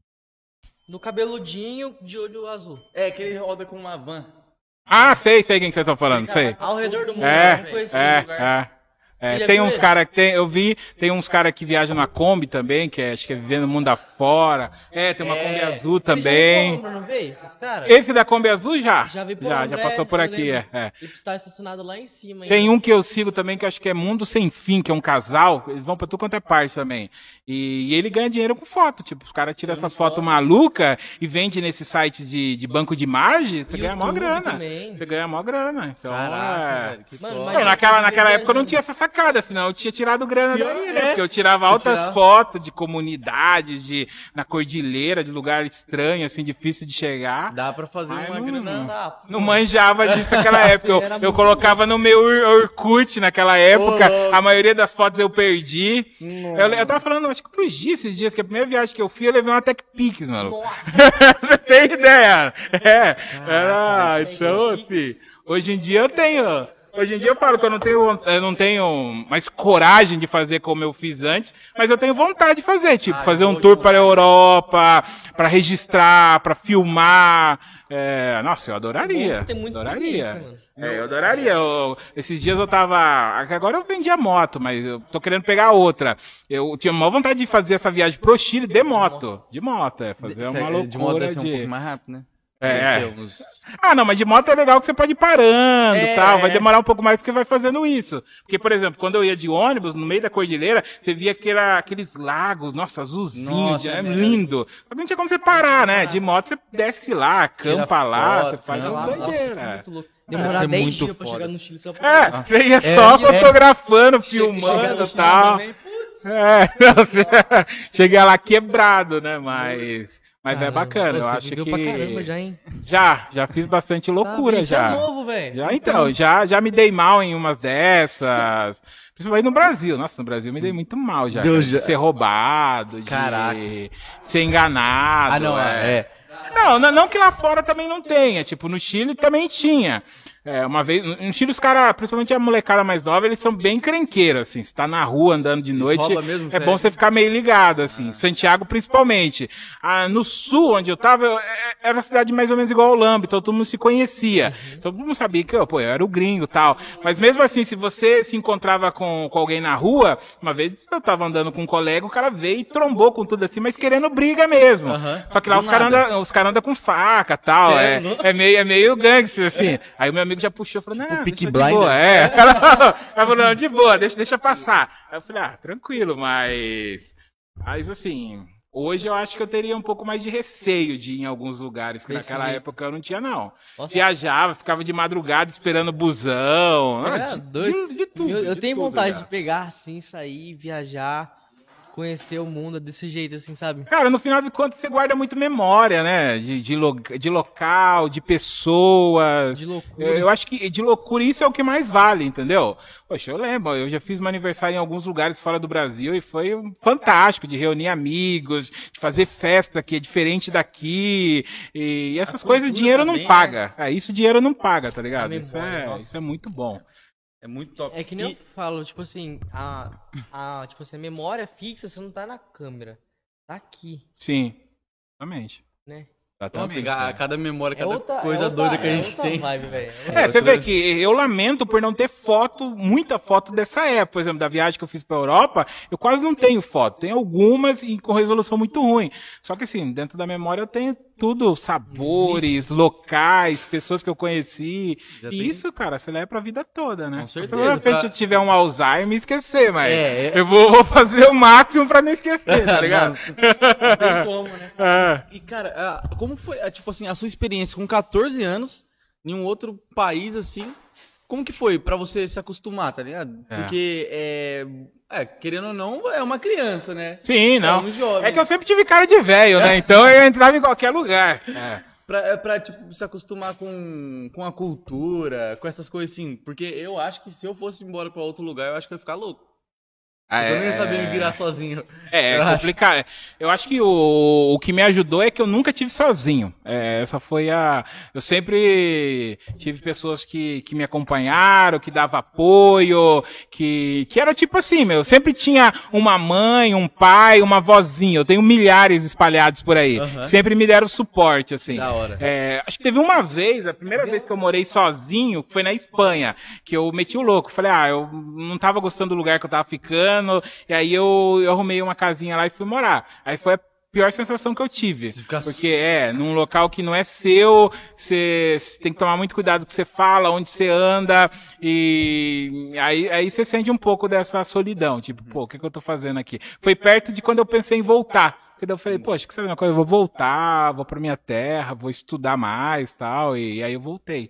do cabeludinho de olho azul. É, que ele roda com uma van. Ah, sei, sei quem que vocês estão falando, sei. Ao redor do mundo, É, não conheci é, o lugar. é. É, Você já tem viu uns ele? caras que tem, eu vi, tem uns caras que viajam na Kombi também, que é, acho que é vivendo o mundo afora. É, tem uma Kombi azul também. Não veio esses caras? Esse da Kombi azul já? Já vi por já, André, já passou por eu aqui, é, lembro. é. Ele está estacionado lá em cima. Tem ainda. um que eu sigo também, que acho que é Mundo Sem Fim, que é um casal, eles vão pra tudo quanto é parte também. E, e ele ganha dinheiro com foto, tipo, os caras tiram essas fotos malucas e vende nesse site de, de banco de imagem, você ganha mó YouTube grana. também. Você ganha mó grana. Então, Caraca, é... velho, que Mano, top. mas- Pô, naquela, você naquela vê época eu não viajando. tinha essa sacada, senão eu tinha tirado grana daí, né? é. Porque eu tirava altas tirava. fotos de comunidades, de, na cordilheira, de lugar estranho, assim, difícil de chegar. Dá pra fazer Ai, uma não- grana. Tá, Não manjava disso naquela época. Eu, era eu muito colocava no meu Or- Orkut naquela época. louco. A maioria das fotos eu perdi. Eu, eu tava falando, acho que pro G esses dias, que a primeira viagem que eu fui, eu levei uma TechPix, mano. Você tem ideia? É. Era, então, assim, hoje em dia eu tenho. Hoje em dia eu falo que eu não tenho, eu não tenho mais coragem de fazer como eu fiz antes, mas eu tenho vontade de fazer, tipo, fazer um tour para a Europa, para registrar, para filmar. É, nossa, eu adoraria. Bom, você tem muita adoraria. experiência, mano. É, eu adoraria. Eu- esses dias eu tava. Agora eu vendi a moto, mas eu tô querendo pegar outra. Eu tinha maior vontade de fazer essa viagem pro Chile de moto. De moto, é. Fazer uma loucura. De modo deve ser um pouco mais rápido, né? É. Deve ter uns- Ah, não, mas de moto é legal que você pode ir parando e É. tal. Vai demorar um pouco mais que você vai fazendo isso. Porque, por exemplo, quando eu ia de ônibus, no meio da cordilheira, você via aquela, aqueles lagos, nossa, azulzinho, Nossa, de- é é lindo. Só que não tinha como você parar, né? De moto você desce lá, acampa lá, foto, você faz né? umas Nossa, doideiras. muito louco. Deve Demorar ser dez muito dias pra foda. chegar no Chile só pra É, você ia só é. fotografando, chegar filmando no e Chile tal. também, putz. É, não, você cheguei lá quebrado, né? Mas, mas é Caramba, bacana, pô, eu você acho viveu que... pra caramba já, hein? Já, já fiz bastante loucura Tá, já. Isso é novo, velho. Já, então, já, já me dei mal em umas dessas. Principalmente no Brasil. Nossa, no Brasil eu me dei muito mal já. Deus cara, já- De ser roubado, de Caraca. ser enganado. Ah, não, é. Não, não, não que lá fora também não tenha. Tipo, no Chile também tinha. É, uma vez, no Chile os caras, principalmente a molecada mais nova, eles são bem crenqueiros, assim. Você tá na rua andando de noite, roubam mesmo, é sério? bom você ficar meio ligado, assim. Santiago principalmente. Ah, no sul, onde eu tava, eu- é- era uma cidade mais ou menos igual ao Lambe, então todo mundo se conhecia. Então todo mundo sabia que eu, pô, eu era o gringo e tal. Mas mesmo assim, se você se encontrava com, com alguém na rua, uma vez eu tava andando com um colega, o cara veio e trombou com tudo assim, mas querendo briga mesmo. Aham. Só que lá Do os caras nada. andam os cara anda com faca e tal. É, Sério? é meio, é meio gangster, assim. Aí o meu amigo já puxou e falou, não, Peaky deixa de Blinders. boa. É. Ela falou, não, de boa, deixa, deixa passar. Aí eu falei, ah, tranquilo, mas... Mas assim, hoje eu acho que eu teria um pouco mais de receio de ir em alguns lugares, que Desse naquela jeito. época eu não tinha, não. Nossa. Viajava, ficava de madrugada esperando o busão. Você ah, é de- doido? de, de tudo. eu eu de tenho tudo, vontade já. de pegar assim, sair, viajar, conhecer o mundo desse jeito, assim, sabe? Cara, no final de contas você guarda muito memória, né? De, de, lo- de local, de pessoas. De loucura. Eu, eu acho que de loucura isso é o que mais vale, entendeu? Poxa, eu lembro, eu já fiz meu aniversário em alguns lugares fora do Brasil e foi um fantástico, de reunir amigos, de fazer festa que é diferente daqui. E essas coisas cultura dinheiro não também, paga. É, isso dinheiro não paga, tá ligado? A Isso memória, é, nossa. isso é muito bom. É muito top. É que nem E- eu falo, tipo assim, a, a, tipo assim, a memória fixa, você não tá na câmera. Tá aqui, Sim, exatamente. né? Exatamente, Nossa, né? cada memória, É cada outra, coisa é outra, doida que a é gente outra tem. vibe, velho. É, você vê que eu lamento por não ter foto, muita foto dessa época. Por exemplo, da viagem que eu fiz pra Europa, eu quase não tenho foto. Tenho algumas e com resolução muito ruim. Só que assim, dentro da memória eu tenho tudo, sabores, locais, pessoas que eu conheci. Já e tem- isso, cara, você leva pra vida toda, né? Com Se certeza, de repente pra- eu tiver um Alzheimer, esquecer, mas É, é. eu vou, vou fazer o máximo pra não esquecer, tá ligado? Não tem como, né? É. E, cara, ah, como foi, ah, tipo assim, a sua experiência com quatorze anos em um outro país, assim, como que foi pra você se acostumar, tá ligado? É. Porque, é, é, querendo ou não, é uma criança, né? Sim, não. É um jovem. É que eu sempre tive cara de velho, né? Então eu entrava em qualquer lugar. É. Pra, é pra, tipo, se acostumar com, com a cultura, com essas coisas assim. Porque eu acho que se eu fosse embora pra outro lugar, eu acho que eu ia ficar louco. Eu não ia saber me virar sozinho. É, é Eu acho. complicado. Eu acho que o, o que me ajudou é que eu nunca tive sozinho. É, essa foi a. Eu sempre tive pessoas que, que me acompanharam, que davam apoio, que, que era tipo assim, meu. Eu sempre tinha uma mãe, um pai, uma vozinha. Eu tenho milhares espalhados por aí. Aham. Sempre me deram suporte, assim. Da hora. É, acho que teve uma vez, a primeira vez que eu morei sozinho, foi na Espanha, que eu meti o louco. Falei, ah, eu não tava gostando do lugar que eu tava ficando, e aí eu, eu arrumei uma casinha lá e fui morar. Aí foi a pior sensação que eu tive. Se ficar- Porque é, num local que não é seu, você você tem que tomar muito cuidado com o que você fala, onde você anda, e aí, aí você sente um pouco dessa solidão. Tipo, pô, o que, que eu tô fazendo aqui? Foi perto de quando eu pensei em voltar. Porque daí eu falei, poxa, que sabe uma coisa? Eu vou voltar, vou pra minha terra, vou estudar mais tal, e aí eu voltei.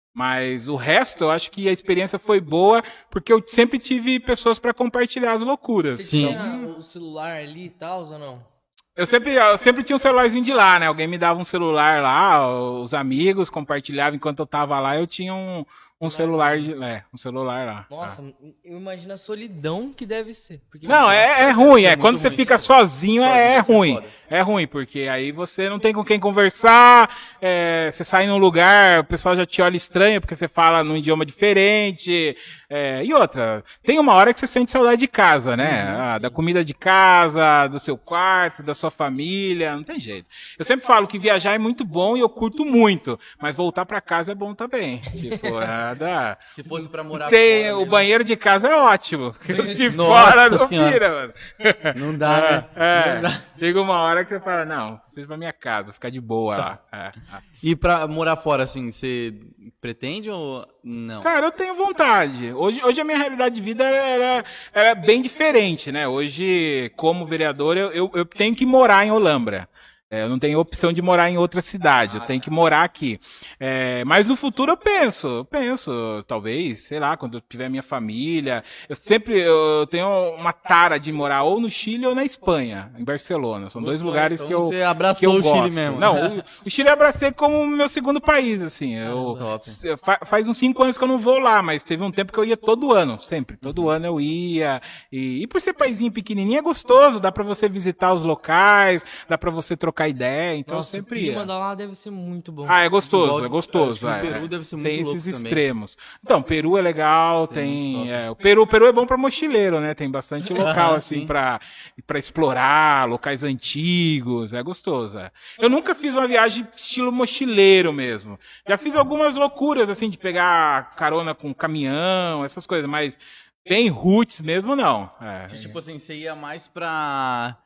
Mas o resto, eu acho que a experiência foi boa, porque eu sempre tive pessoas pra compartilhar as loucuras. Você Sim. tinha o celular ali e tal, ou não? Eu sempre, eu sempre tinha um celularzinho de lá, né? Alguém me dava um celular lá, os amigos compartilhavam enquanto eu tava lá, eu tinha um, um celular, de, é, um celular lá. Nossa, eu imagino a solidão que deve ser. Porque Não, é, é ruim, é muito quando você ruim. fica sozinho, é, é Sozinho, isso é ruim. foda. É ruim, porque aí você não tem com quem conversar, é, você sai num lugar, o pessoal já te olha estranho porque você fala num idioma diferente. É, e outra, tem uma hora que você sente saudade de casa, né? Ah, da comida de casa, do seu quarto, da sua família, não tem jeito. Eu sempre falo que viajar é muito bom e eu curto muito, mas voltar pra casa é bom também. Tipo, é, dá. Se fosse pra morar Tem, fora o mesmo. banheiro de casa é ótimo. De Nossa fora não Senhora. vira, mano. Não dá, né? É, Não dá. chega uma hora que você fala, não, preciso ir pra minha casa, ficar de boa lá. É, é. E pra morar fora, assim, você pretende ou não? Cara, eu tenho vontade. Hoje, hoje a minha realidade de vida era, era bem diferente, né? Hoje, como vereador, eu, eu, eu tenho que morar em Olambra. É, eu não tenho opção de morar em outra cidade, eu tenho que morar aqui. É, mas no futuro eu penso, eu penso, talvez, sei lá, quando eu tiver minha família. Eu sempre eu tenho uma tara de morar ou no Chile ou na Espanha, em Barcelona. São dois Gostou, lugares então que eu você abraçou que eu o Chile gosto. mesmo. Não, o, o Chile eu abracei como meu segundo país, assim. Eu, top. eu fa- faz uns cinco anos que eu não vou lá, mas teve um tempo que eu ia todo ano, sempre. Todo Uhum. ano eu ia. E, e por ser paísinho pequenininho é gostoso, dá pra você visitar os locais, dá pra você trocar ideia, então Nossa, eu o sempre clima ia. da lá deve ser muito bom. Ah, é gostoso, Igual- é gostoso. acho que o é. Peru deve ser muito Tem louco esses também. extremos. Então, Peru é legal, muito tem. top. É, o Peru, Peru é bom pra mochileiro, né? Tem bastante local, Aham, assim, sim. pra, pra explorar, locais antigos, é gostoso. É. Eu nunca fiz uma viagem estilo mochileiro mesmo. Já fiz algumas loucuras, assim, de pegar carona com caminhão, essas coisas, mas bem roots mesmo, não. É. Se, tipo assim, você ia mais pra,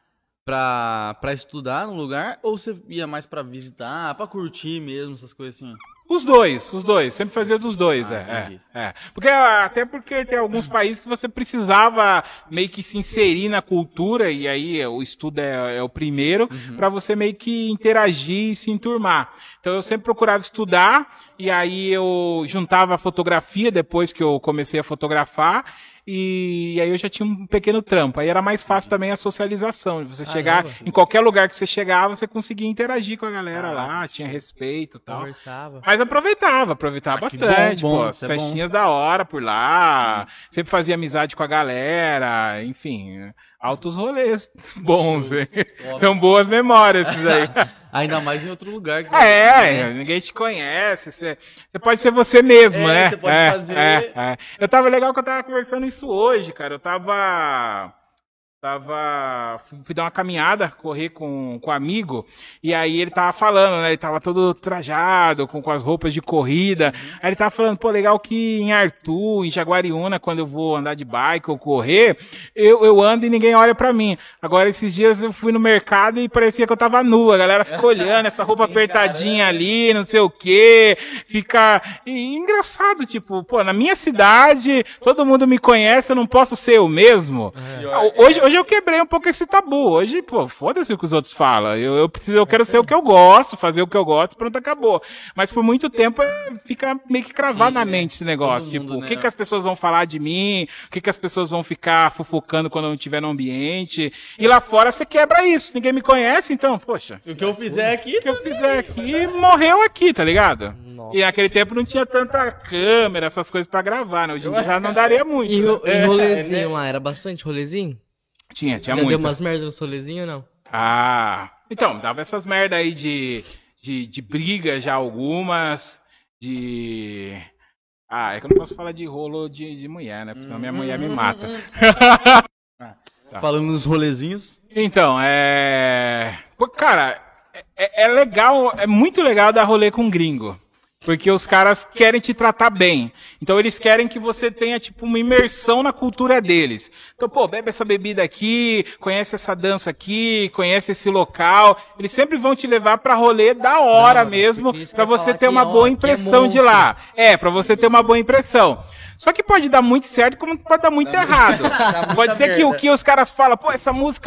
pra, pra estudar no lugar ou você ia mais pra visitar, pra curtir mesmo, essas coisas assim? Os dois, os dois. Sempre fazia dos dois, Ah, é, entendi. é, é. Porque, até porque tem alguns países que você precisava meio que se inserir na cultura, e aí o estudo é, é o primeiro, pra você meio que interagir e se enturmar. Então eu sempre procurava estudar, e aí eu juntava a fotografia depois que eu comecei a fotografar, e aí eu já tinha um pequeno trampo. Aí era mais fácil também a socialização. de Você chegar, em qualquer lugar que você chegava, você conseguia interagir com a galera lá, tinha respeito e tal. Conversava. Mas aproveitava, aproveitava Ah, que bastante, bom, bom, pô. As isso é festinhas da hora por lá. Sempre fazia amizade com a galera, enfim. Altos rolês bons, hein? São boas memórias esses aí. Ainda mais em outro lugar. Que É, ninguém te conhece. Você, você pode ser você mesmo, É, né? você pode é, fazer- é, é. Eu tava legal que eu tava conversando isso hoje, cara. Eu tava. Tava, fui dar uma caminhada, correr com, com um amigo, e aí ele tava falando, né, ele tava todo trajado, com, com as roupas de corrida, aí ele tava falando, pô, legal que em Arthur, em Jaguariúna, quando eu vou andar de bike ou correr, eu, eu ando e ninguém olha pra mim. Agora, esses dias eu fui no mercado e parecia que eu tava nua, a galera fica olhando, essa roupa apertadinha ali, não sei o quê, fica, e, engraçado, tipo, pô, na minha cidade, todo mundo me conhece, eu não posso ser eu mesmo. É. Hoje, Hoje eu quebrei um pouco esse tabu. Hoje, pô, foda-se o que os outros falam. Eu, eu, preciso, eu quero ser o que eu gosto, fazer o que eu gosto, pronto, acabou. Mas por muito tempo é, fica meio que cravado Sim, na mente esse negócio. Tipo, mundo, né? O que, que as pessoas vão falar de mim? O que, que as pessoas vão ficar fofocando quando eu não estiver no ambiente? E lá fora você quebra isso. Ninguém me conhece, então, poxa. O que eu fizer aqui... O que eu fizer aqui, morreu aqui, tá ligado? Nossa. E naquele tempo não tinha tanta câmera, essas coisas pra gravar, né? Hoje em dia já não daria muito. E, né? o, e rolezinho é, né? lá, era bastante rolezinho? Tinha, tinha Já muito. deu umas merdas no solezinho ou não? Ah, então, dava essas merda aí de, de, de briga já algumas, de... Ah, é que eu não posso falar de rolo de, de mulher, né? Porque senão minha mulher me mata. ah, tá. Falando nos rolezinhos. Então, é... Pô, cara, é, é legal, é muito legal dar rolê com gringo. Porque os caras querem te tratar bem. Então eles querem que você tenha, tipo, uma imersão na cultura deles. Então, pô, bebe essa bebida aqui, conhece essa dança aqui, conhece esse local. Eles sempre vão te levar pra rolê da hora Não, mesmo, pra você ter uma boa impressão de lá. É, pra você ter uma boa impressão. Só que pode dar muito certo, como pode dar muito errado. Pode ser que o que os caras falam, pô, essa música